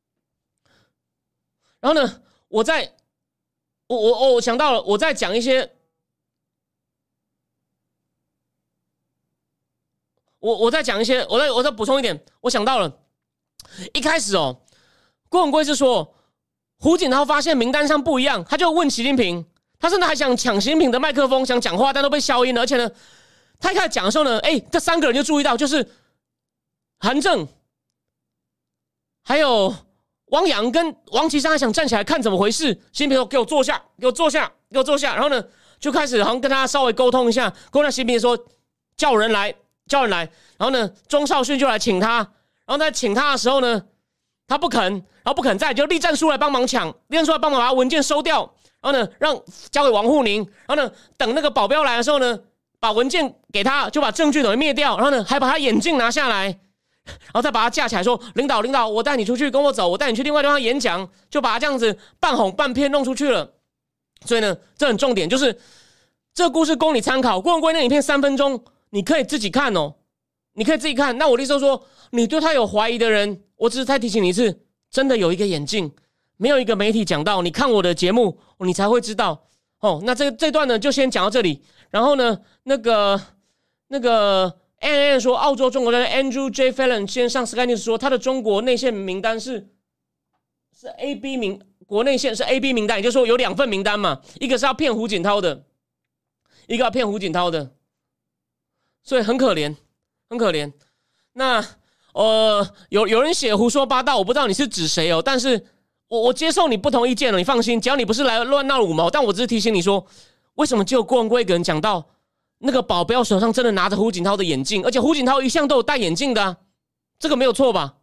然后呢，我想到了，我再讲一些，我再讲一些，我再补充一点，我想到了，一开始郭文贵是说胡锦涛发现名单上不一样，他就问习近平。他甚至还想抢习近平的麦克风，想讲话，但都被消音了。而且呢，他一开始讲的时候呢，这三个人就注意到，就是韩正，还有汪洋跟王岐山，还想站起来看怎么回事。习近平说：“给我坐下，给我坐下，给我坐下。”然后呢，就开始好像跟他稍微沟通一下。沟通，习近平说：“叫人来。”然后呢，钟少勋就来请他。然后在请他的时候呢，他不肯，然后不肯再，就栗战书来帮忙抢，栗战书来帮忙把文件收掉。然后呢，交给王沪宁，然后呢，等那个保镖来的时候呢，把文件给他，就把证据等于灭掉，然后呢，还把他眼镜拿下来，然后再把他架起来说：“领导，我带你出去，跟我走，我带你去另外地方演讲。”就把他这样子半哄半骗弄出去了。所以呢，这很重点，就是这个故事供你参考。郭文贵那影片3分钟，你可以自己看你可以自己看。那我的意思说，你对他有怀疑的人，我只是再提醒你一次，真的有一个眼镜。没有一个媒体讲到，你看我的节目，你才会知道那这段呢，就先讲到这里。然后呢，那个 N 说，澳洲中国人 Andrew J. Fallon 先上 Sky News 说，他的中国内线名单是 AB 国内线是 AB 名单，也就是说有2份名单嘛，一个是要骗胡锦涛的，一个要骗胡锦涛的，所以很可怜，很可怜。那有人写胡说八道，我不知道你是指谁但是。我接受你不同意见了，你放心，只要你不是来乱闹五毛。但我只是提醒你说，为什么只有郭文贵一个人讲到那个保镖手上真的拿着胡锦涛的眼镜，而且胡锦涛一向都有戴眼镜的这个没有错吧？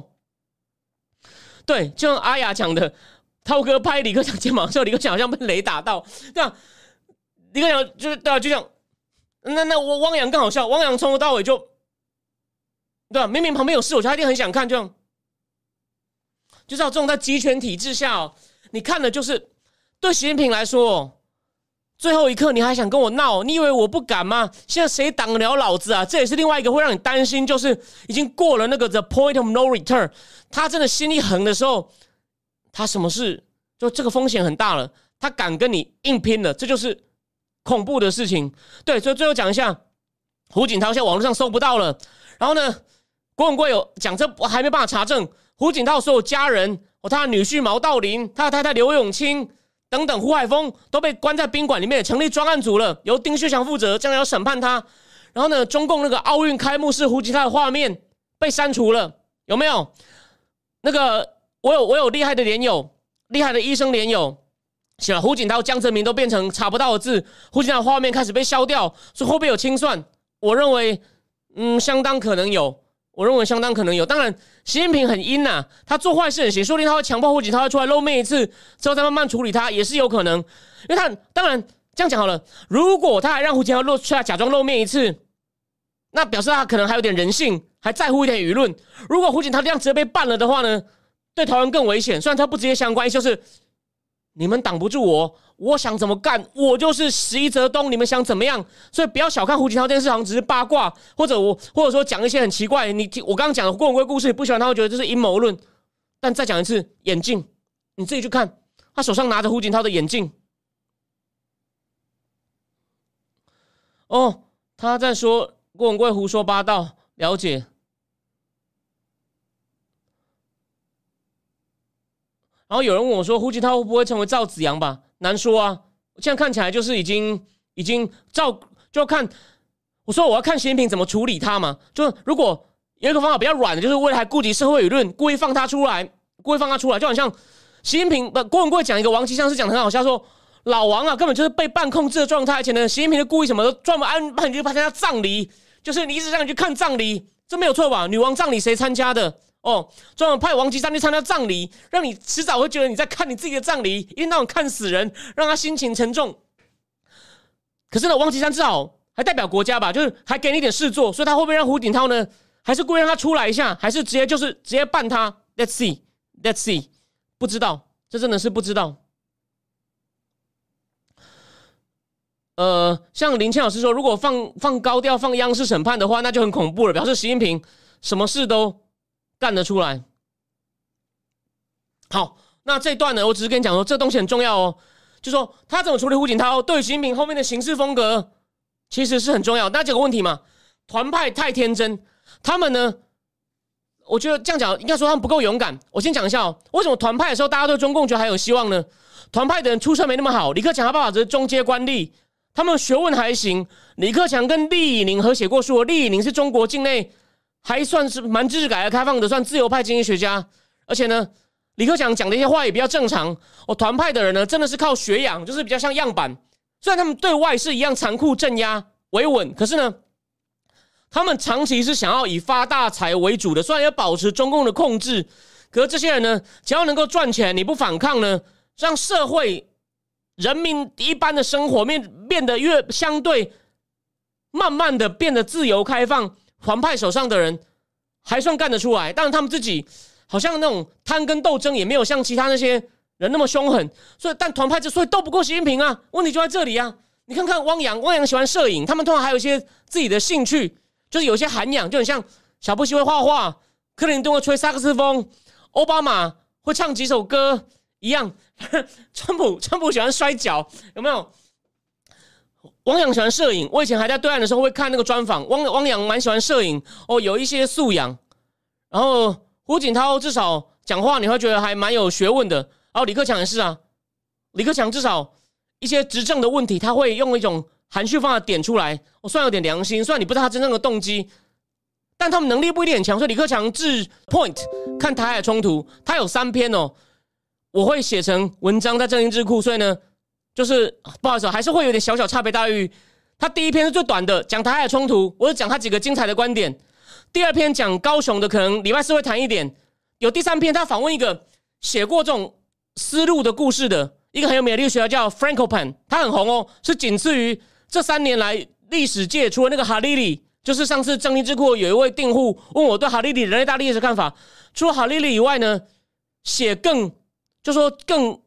对，就像阿雅讲的，涛哥拍李克强肩膀的时候，李克强好像被雷打到，对吧？李克强就是对啊，就这样。那汪洋更好笑，汪洋从头到尾就对吧？明明旁边有事，我觉得他一定很想看，这样。就是要这种在集权体制下你看的就是对习近平来说最后一刻你还想跟我闹，你以为我不敢吗？现在谁挡得了老子啊？这也是另外一个会让你担心，就是已经过了那个 the point of no return， 他真的心一横的时候，他什么事就这个风险很大了，他敢跟你硬拼了，这就是恐怖的事情。对，所以最后讲一下，胡锦涛现在网络上搜不到了。然后呢，郭文贵有讲，这还没办法查证。胡锦涛所有家人，他的女婿毛道林，他的太太刘永清等等，胡海峰都被关在宾馆里面，成立专案组了，由丁薛祥负责，将来要审判他。然后呢，中共那个奥运开幕式胡锦涛的画面被删除了，有没有？那个我有厉害的连友，厉害的医生连友写了胡锦涛、江泽民都变成查不到的字，胡锦涛的画面开始被消掉，所以会不会有清算？我认为，相当可能有。我认为相当可能有。当然，习近平很阴呐，他做坏事很行，说不定他会强迫胡锦涛出来露面一次，之后再慢慢处理他，也是有可能。因为他当然这样讲好了，如果他还让胡锦涛出来假装露面一次，那表示他可能还有点人性，还在乎一点舆论。如果胡锦涛这样直接被办了的话呢，对台湾更危险。虽然他不直接相关，就是你们挡不住我，我想怎么干，我就是11则东，你们想怎么样？所以不要小看胡锦涛这件事，好像只是八卦，或者说讲一些很奇怪。我刚刚讲的郭文贵故事，不喜欢他会觉得这是阴谋论。但再讲一次，眼镜，你自己去看，他手上拿着胡锦涛的眼镜。哦，他在说郭文贵胡说八道，了解。然后有人问我说，胡锦涛会不会成为赵子阳吧？难说啊。现在看起来就是已经就看我说我要看习近平怎么处理他嘛。就如果有一个方法比较软的，就是为了还顾及社会舆论，故意放他出来，就好像习近平郭文贵讲一个王岐山是讲得很好笑，说老王啊根本就是被半控制的状态，而且呢，习近平的故意什么都专门安排你去参加葬礼，就是你一直让你去看葬礼，这没有错吧？女王葬礼谁参加的？哦，专门派王岐山去参加葬礼，让你迟早会觉得你在看你自己的葬礼，因为那种看死人，让他心情沉重。可是呢，王岐山至少还代表国家吧，就是还给你一点事做，所以他会不会让胡锦涛呢？还是故意让他出来一下，还是直接办他 ？Let's see， 不知道，这真的是不知道。像林倩老师说，如果放高调放央视审判的话，那就很恐怖了，表示习近平什么事都干得出来。好，那这一段呢，我只是跟你讲说，这东西很重要哦，就是说他怎么处理胡锦涛，对于习近平后面的行事风格其实是很重要。那这个问题嘛，团派太天真，他们呢，我觉得这样讲应该说他们不够勇敢。我先讲一下哦，为什么团派的时候大家对中共觉得还有希望呢？团派的人出身没那么好，李克强他爸爸只是中阶官吏，他们学问还行。李克强跟厉以宁合写过书，厉以宁是中国境内还算是蛮支持改革开放的，算自由派经济学家。而且呢，李克强讲的一些话也比较正常。团派的人呢，真的是靠学养，就是比较像样板。虽然他们对外是一样残酷镇压维稳，可是呢，他们长期是想要以发大财为主的。虽然要保持中共的控制，可是这些人呢，只要能够赚钱，你不反抗呢，让社会人民一般的生活变得越相对慢慢的变得自由开放，团派手上的人还算干得出来。当然他们自己好像那种贪跟斗争也没有像其他那些人那么凶狠，所以但团派之所以斗不过习近平啊，问题就在这里啊。你看看汪洋喜欢摄影，他们通常还有一些自己的兴趣，就是有一些涵养，就很像小布希会画画，克林顿会吹萨克斯风，奥巴马会唱几首歌一样。川普喜欢摔跤，有没有？汪洋喜欢摄影，我以前还在对岸的时候会看那个专访，汪洋蛮喜欢摄影哦，有一些素养。然后胡锦涛至少讲话你会觉得还蛮有学问的，然后李克强也是啊，李克强至少一些执政的问题他会用一种含蓄方法点出来，虽然有点良心，虽然你不知道他真正的动机，但他们能力不一定很强。所以李克强治 point 看台海冲突，他有3篇哦，我会写成文章在正音智库，所以呢，就是不好意思，还是会有点小差别待遇。他第一篇是最短的，讲台海冲突，我就讲他几个精彩的观点。第2篇讲高雄的，可能礼拜4会谈一点。有第3篇，他访问一个写过这种思路的故事的一个很有名的历史学家叫 Frankopan， 他很红哦，是仅次于这3年来历史界除了那个哈利里，就是上次正音智库有一位订户问我对哈利里人类大历史的看法，除了哈利里以外呢，写就说更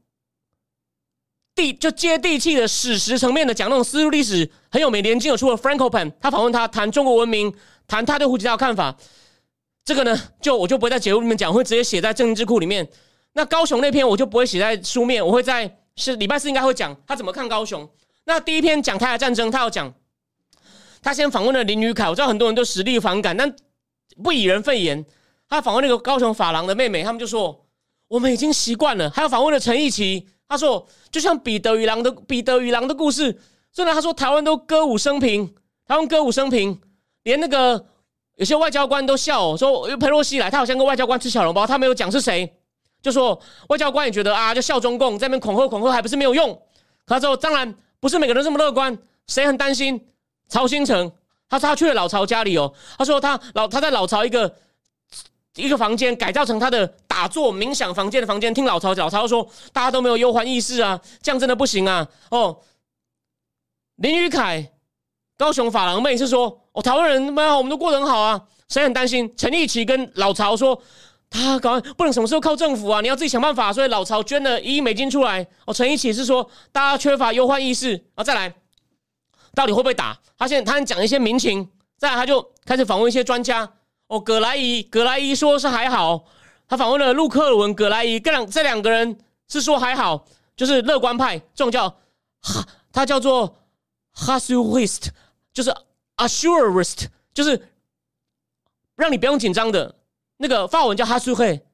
接地气的史实层面的讲那种思路历史很有名。连经有出了 Frankopan， 他访问他谈中国文明，谈他对胡锦涛的看法。这个呢，我就不会在节目里面讲，会直接写在正音智库里面。那高雄那篇我就不会写在书面，我会在礼拜4应该会讲他怎么看高雄。 那第一篇讲台海战争，他要讲，他先访问了林宇凯，我知道很多人都实力反感，但不以人废言。他访问那个高雄法郎的妹妹，他们就说我们已经习惯了。还有访问了陈奕奇，他说就像彼得与狼的故事，真的他说台湾都歌舞升平，连那个有些外交官都笑哦，说因为裴洛西来，他好像跟外交官吃小笼包，他没有讲是谁，就说外交官也觉得啊，就笑中共在那边恐吓还不是没有用。他说当然不是每个人这么乐观，谁很担心曹兴诚？他说他去了老曹家里哦，他说他在老曹一个房间改造成他的打坐冥想房间的房间，听老曹说大家都没有忧患意识啊，这样真的不行啊。哦，林宇凯高雄法郎妹是说哦，台湾人蛮好，我们都过得很好啊，谁很担心？陈奕奇跟老曹说他搞不能什么时候靠政府啊，你要自己想办法，所以老曹捐了1亿美金出来。哦，陈奕奇是说大家缺乏忧患意识啊，再来到底会不会打？他讲一些民情，再来他就开始访问一些专家。哦，葛莱伊说是还好，他访问了陆克文、葛莱伊，这两个人是说还好，就是乐观派，这种他叫做 Hassurist， 就是 Assurist， 就是让你不用紧张的那个法文叫 Hassurist，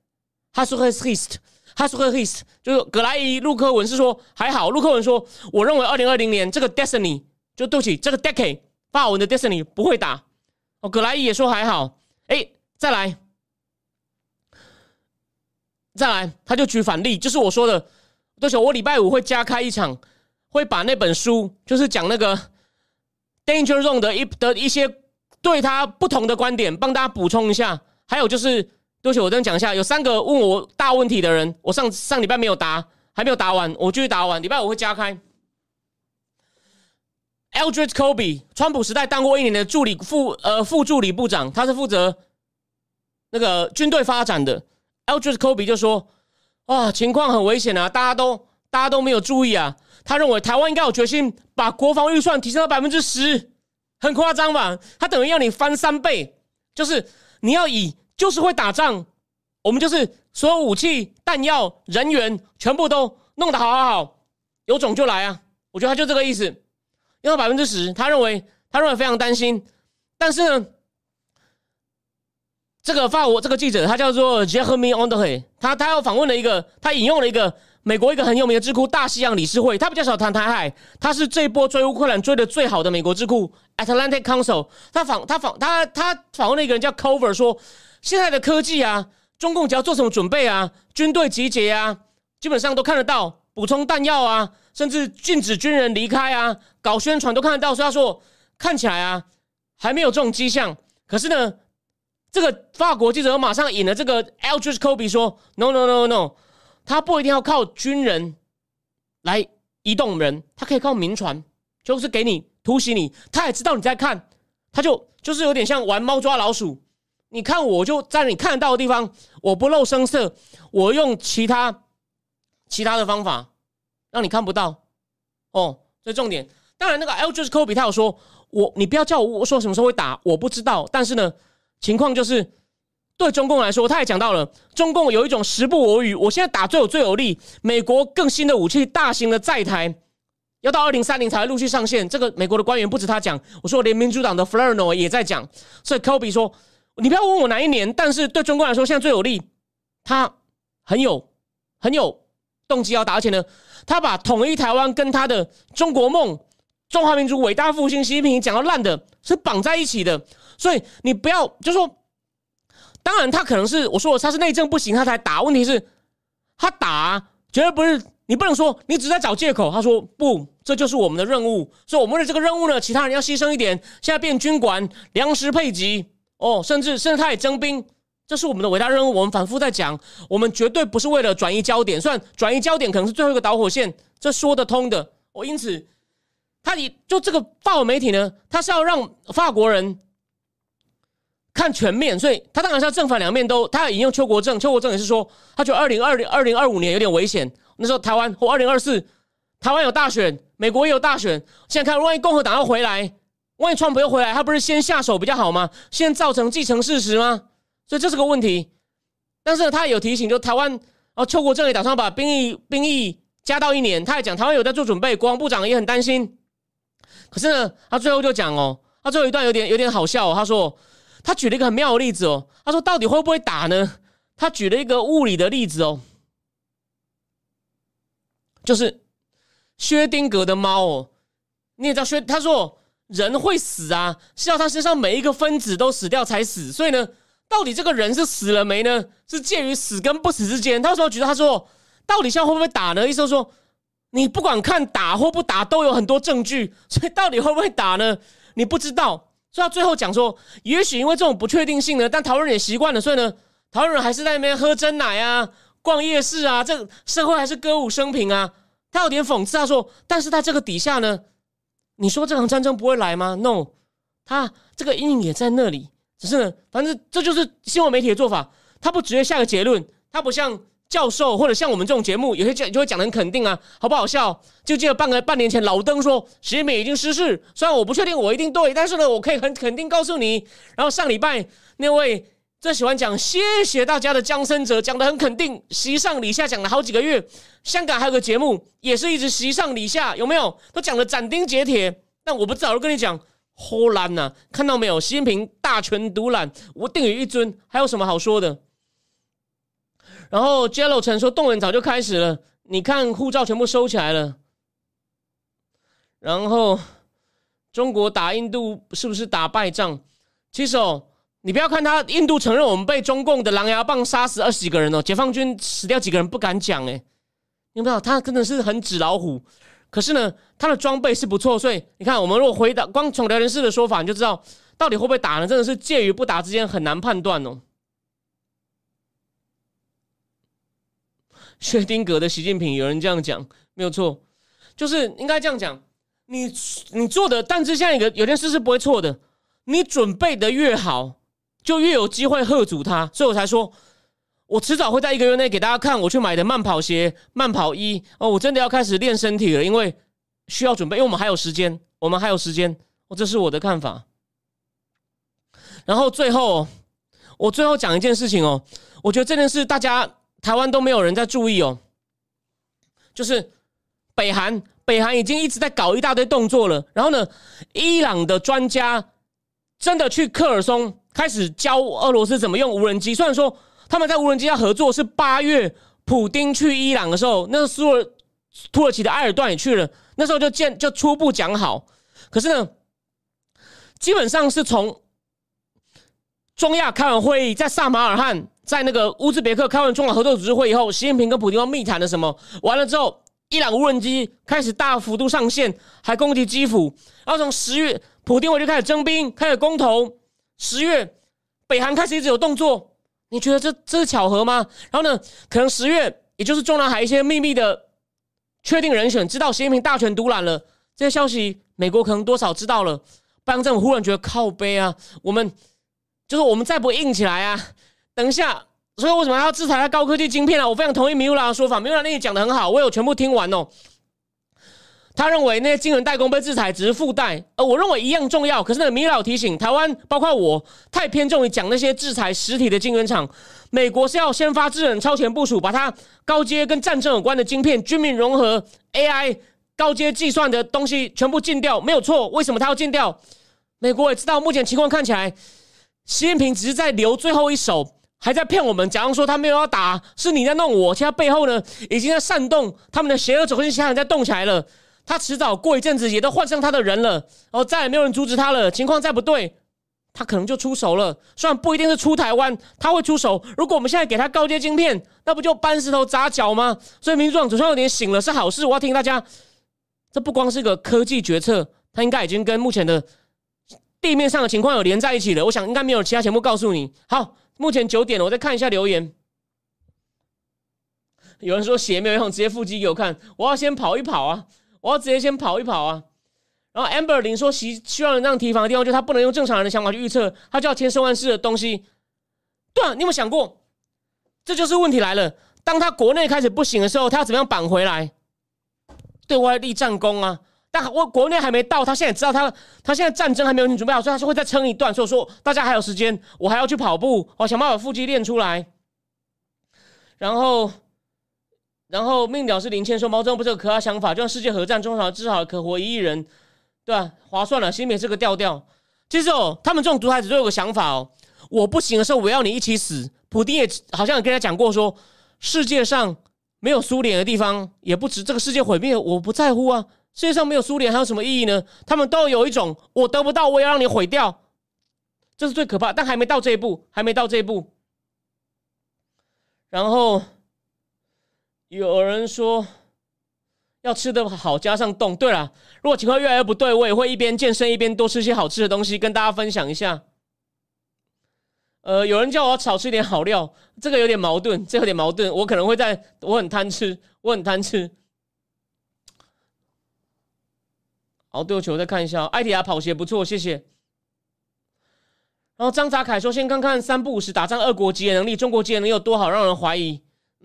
就是葛莱伊、陆克文是说还好，陆克文说我认为2020年这个 Destiny 就对不起这个 Decade 法文的 Destiny 不会打。哦，葛莱伊也说还好。再来，他就举反例，就是我说的，对不起，我礼拜五会加开一场，会把那本书，就是讲那个 Danger Zone 的一些对他不同的观点，帮大家补充一下。还有就是，对不起，我再讲一下，有3个问我大问题的人，我上礼拜没有答，还没有答完，我继续答完，礼拜五会加开。Eldridge Kobe， 川普时代当过1年的副助理部长，他是负责那个军队发展的。Eldridge Kobe 就说：“哇，情况很危险啊，大家都没有注意啊。”他认为台湾应该有决心把国防预算提升到10%，很夸张吧？他等于要你翻3倍，就是你要就是会打仗，我们就是所有武器、弹药、人员全部都弄得好，有种就来啊！我觉得他就这个意思。要到10%，他认为非常担心，但是呢，这个法国这个记者他叫做 Jeremy André， 他要访问了他引用了一个美国一个很有名的智库大西洋理事会，他比较少谈台海，他是这一波追乌克兰追的最好的美国智库 Atlantic Council， 他访问了一个人叫 Cover， 说现在的科技啊，中共只要做什么准备啊，军队集结啊，基本上都看得到，补充弹药啊，甚至禁止军人离开啊，搞宣传都看得到。所以他说看起来啊还没有这种迹象。可是呢，这个法国记者马上引了这个 Eldridge Kobe 说 No， 他不一定要靠军人来移动人，他可以靠民传，就是给你突袭你，他也知道你在看，他就是有点像玩猫抓老鼠。你看我就在你看得到的地方，我不露声色，我用其他的方法让你看不到。哦，这是重点。当然那个 Eldridge Kobe 他有说你不要叫我说什么时候会打，我不知道。但是呢，情况就是对中共来说，他也讲到了，中共有一种时不我与，我现在打最有力，美国更新的武器大型的载台要到2030才会陆续上线。这个美国的官员不止他讲，我说连民主党的 Flerno 也在讲。所以 Kobe 说你不要问我哪一年，但是对中共来说现在最有利，他很有动机要打。而且呢，他把统一台湾跟他的中国梦、中华民族伟大复兴、习近平讲到烂的是绑在一起的。所以你不要就说，当然他可能是我说他是内政不行他才打，问题是他打绝对不是，你不能说你只在找借口。他说不，这就是我们的任务，所以我们为了这个任务呢，其他人要牺牲一点，现在变军管、粮食配给甚至他也征兵，这是我们的伟大任务。我们反复在讲，我们绝对不是为了转移焦点，虽然转移焦点可能是最后一个导火线，这说得通的。因此他就这个法国媒体呢，他是要让法国人看全面，所以他当然是要正反两面都。他引用邱国正也是说，他觉得2025年有点危险。那时候台湾或2024，台湾有大选，美国也有大选。现在看，万一共和党要回来，万一川普又回来，他不是先下手比较好吗？先造成既成事实吗？所以这是个问题。但是他也有提醒，就台湾邱国正也打算把兵役加到1年。他也讲台湾有在做准备，国防部长也很担心。 可是呢，他最后就讲哦，他最后一段有点好笑哦。他说他举了一个很妙的例子哦，他说到底会不会打呢？他举了一个物理的例子哦，就是薛丁格的猫哦，你也知道他说人会死啊，是要他身上每一个分子都死掉才死，所以呢，到底这个人是死了没呢？是介于死跟不死之间。他说他说到底现在会不会打呢？意思就是说你不管看打或不打都有很多证据，所以到底会不会打呢？你不知道。所以他最后讲说，也许因为这种不确定性呢，但台湾人也习惯了，所以呢，台湾人还是在那边喝珍奶啊，逛夜市啊，这个社会还是歌舞升平啊。他有点讽刺，他说，但是在这个底下呢，你说这场战争不会来吗 ？No， 他这个阴影也在那里。只是呢，反正这就是新闻媒体的做法，他不直接下个结论，他不像教授或者像我们这种节目，有些就会讲得很肯定啊，好不好笑？就记得半年前老登说习近平已经失势，虽然我不确定我一定对，但是呢，我可以很肯定告诉你。然后上礼拜那位最喜欢讲谢谢大家的江森哲讲得很肯定，席上礼下讲了好几个月。香港还有个节目也是一直席上礼下，有没有？都讲得斩钉截铁。但我不早就跟你讲，齁烂呐！看到没有？习近平大权独揽，我定于一尊，还有什么好说的？然后 Jello 曾说动员早就开始了，你看护照全部收起来了。然后中国打印度是不是打败仗？其实哦，你不要看他印度承认我们被中共的狼牙棒杀死20几个人哦，解放军死掉几个人不敢讲诶，你不知道他真的是很纸老虎。可是呢，他的装备是不错，所以你看，我们如果回到光从聊天室的说法，你就知道到底会不会打呢？真的是介于不打之间，很难判断哦。薛丁格的习近平，有人这样讲，没有错，就是应该这样讲。你做的，但是现在有件事是不会错的，你准备的越好，就越有机会吓阻他。所以我才说，我迟早会在1个月内给大家看我去买的慢跑鞋、慢跑衣哦。我真的要开始练身体了，因为需要准备，因为我们还有时间，哦，这是我的看法。然后我最后讲一件事情哦，我觉得这件事大家台湾都没有人在注意哦，就是北韩已经一直在搞一大堆动作了。然后呢，伊朗的专家真的去克尔松开始教俄罗斯怎么用无人机。虽然说他们在无人机上合作是8月普丁去伊朗的时候，那个土耳其的埃尔段也去了，那时候就初步讲好。可是呢，基本上是从中亚开完会议，在萨马尔罕，在那个乌兹别克开完中亚合作组织会议后，习近平跟普丁密谈了什么？完了之后，伊朗无人机开始大幅度上线，还攻击基辅。然后从10月，普丁回去开始征兵，开始公投。10月，北韩开始一直有动作。你觉得这是巧合吗？然后呢，可能10月，也就是中南海一些秘密的确定人选，知道习近平大权独揽了，这些消息美国可能多少知道了。拜登政府忽然觉得靠背啊，我们再不硬起来啊，等一下。所以为什么要制裁他高科技晶片啊？我非常同意米乌拉的说法，米乌拉那里讲得很好，我有全部听完哦。他认为那些晶圆代工被制裁只是附带，我认为一样重要。可是呢，米乌拉有提醒台湾，包括我，太偏重于讲那些制裁实体的晶圆厂。美国是要先发制人，超前部署，把它高阶跟战争有关的晶片、军民融合、AI 高阶计算的东西全部禁掉，没有错。为什么他要禁掉？美国也知道，目前情况看起来，习近平只是在留最后一手。还在骗我们，假装说他没有要打，是你在弄我。其实他背后呢，已经在煽动他们的邪恶走向，其他人在动起来了。他迟早过一阵子也都换上他的人了，然后再也没有人阻止他了。情况再不对，他可能就出手了。虽然不一定是出台湾，他会出手。如果我们现在给他高阶晶片，那不就搬石头砸脚吗？所以民主党总算有点醒了，是好事。我要提醒大家，这不光是个科技决策，他应该已经跟目前的地面上的情况有连在一起了。我想应该没有其他节目告诉你。好。目前9点了，我再看一下留言。有人说鞋没有用，直接腹肌给我看。我要先跑一跑啊！我要直接先跑一跑啊！然后 Amber 林说，需要人这样提防的地方，就是他不能用正常人的想法去预测，他就要千丝万丝的东西。对啊，你有没有想过？这就是问题来了。当他国内开始不行的时候，他要怎么样扳回来？对外立战功啊！但我国内还没到，他现在知道他现在战争还没有准备好，所以他是会再撑一段。所以说大家还有时间，我还要去跑步，我想办法把腹肌练出来。然后命鸟是林谦说，毛泽东不是有可怕想法，就像世界核战，中小至少可活1亿人。 对啊，划算了，新北这个调调。其实他们这种独裁者都有个想法我不行的时候，我要你一起死。普丁也好像跟他讲过说，世界上没有苏联的地方，也不止这个世界毁灭，我不在乎啊。世界上没有苏联还有什么意义呢？他们都有一种我得不到，我也要让你毁掉，这是最可怕。但还没到这一步，还没到这一步。然后有人说要吃得好，加上动。对了，如果情况越来越不对，我也会一边健身一边多吃些好吃的东西，跟大家分享一下。有人叫我少吃一点好料，这个有点矛盾，这有点矛盾。我可能会我很贪吃，我很贪吃。好，对不起，我再看一下。艾迪亚跑鞋不错，谢谢。然后张杂凯说：“先看看3不5时打仗，俄国集结能力，中国集结能力有多好，让人怀疑。”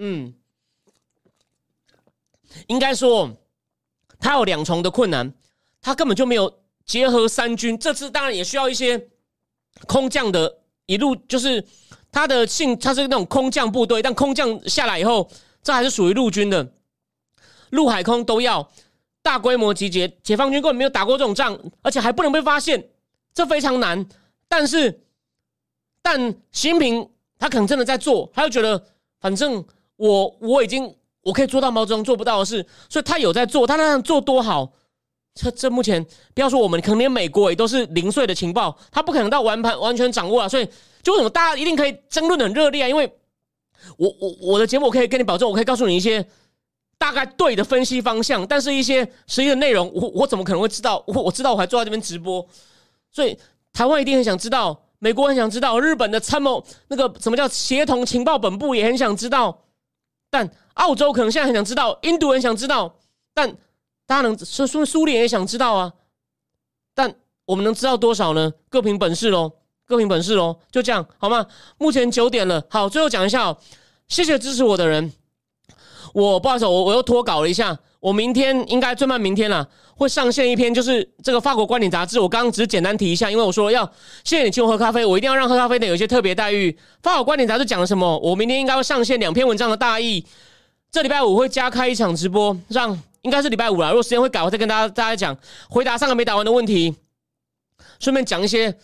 应该说他有2重的困难，他根本就没有结合3军。这次当然也需要一些空降的，一路就是他是那种空降部队，但空降下来以后，这还是属于陆军的，陆海空都要大规模集结。解放军根本没有打过这种仗，而且还不能被发现，这非常难。但习近平他可能真的在做，他就觉得反正我可以做到毛泽东做不到的事，所以他有在做，他那样做多好。这目前不要说我们，可能连美国也都是零碎的情报，他不可能到完全掌握啊。所以就为什么大家一定可以争论很热烈啊？因为我的节目我可以跟你保证，我可以告诉你一些大概对的分析方向，但是一些实际的内容我怎么可能会知道？我知道我还坐在这边直播，所以台湾一定很想知道，美国很想知道，日本的参谋那个什么叫协同情报本部也很想知道，但澳洲可能现在很想知道，印度很想知道，但大家能说苏联也想知道啊，但我们能知道多少呢？各凭本事咯，各凭本事咯，就这样好吗？目前9点了，好，最后讲一下谢谢支持我的人。不好意思，我又脱稿了一下，我明天应该最慢明天啦，会上线一篇，就是这个法国观点杂志。我刚刚只是简单提一下，因为我说要谢谢你请我喝咖啡，我一定要让喝咖啡的有一些特别待遇。法国观点杂志讲了什么？我明天应该会上线2篇文章的大意。这礼拜5会加开一场直播，应该是礼拜5啦，如果时间会改，我再跟大家讲，回答3个没答完的问题，顺便讲一些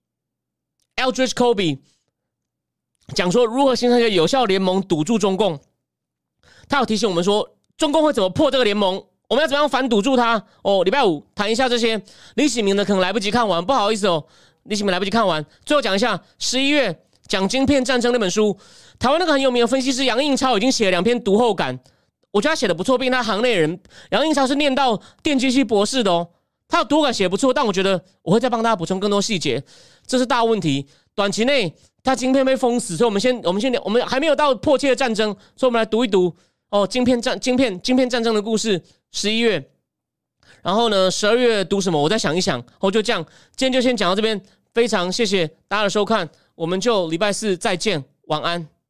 Eldridge Kobe 讲说如何形成一个有效联盟堵住中共。他有提醒我们说，中共会怎么破这个联盟，我们要怎么样反堵住他。礼拜5谈一下这些。李喜明的可能来不及看完，不好意思李喜明来不及看完。最后讲一下11月讲晶片战争那本书，台湾那个很有名的分析师杨应超已经写了2篇读后感，我觉得他写的不错，毕竟他行内人。杨应超是念到电机系博士的他的读后感写的不错，但我觉得我会再帮大家补充更多细节，这是大问题。短期内他晶片被封死，所以我们还没有到迫切的战争，所以我们来读一读晶片战争的故事。11月，然后呢12月读什么？我再想一想。就这样，今天就先讲到这边，非常谢谢大家的收看，我们就礼拜4再见，晚安。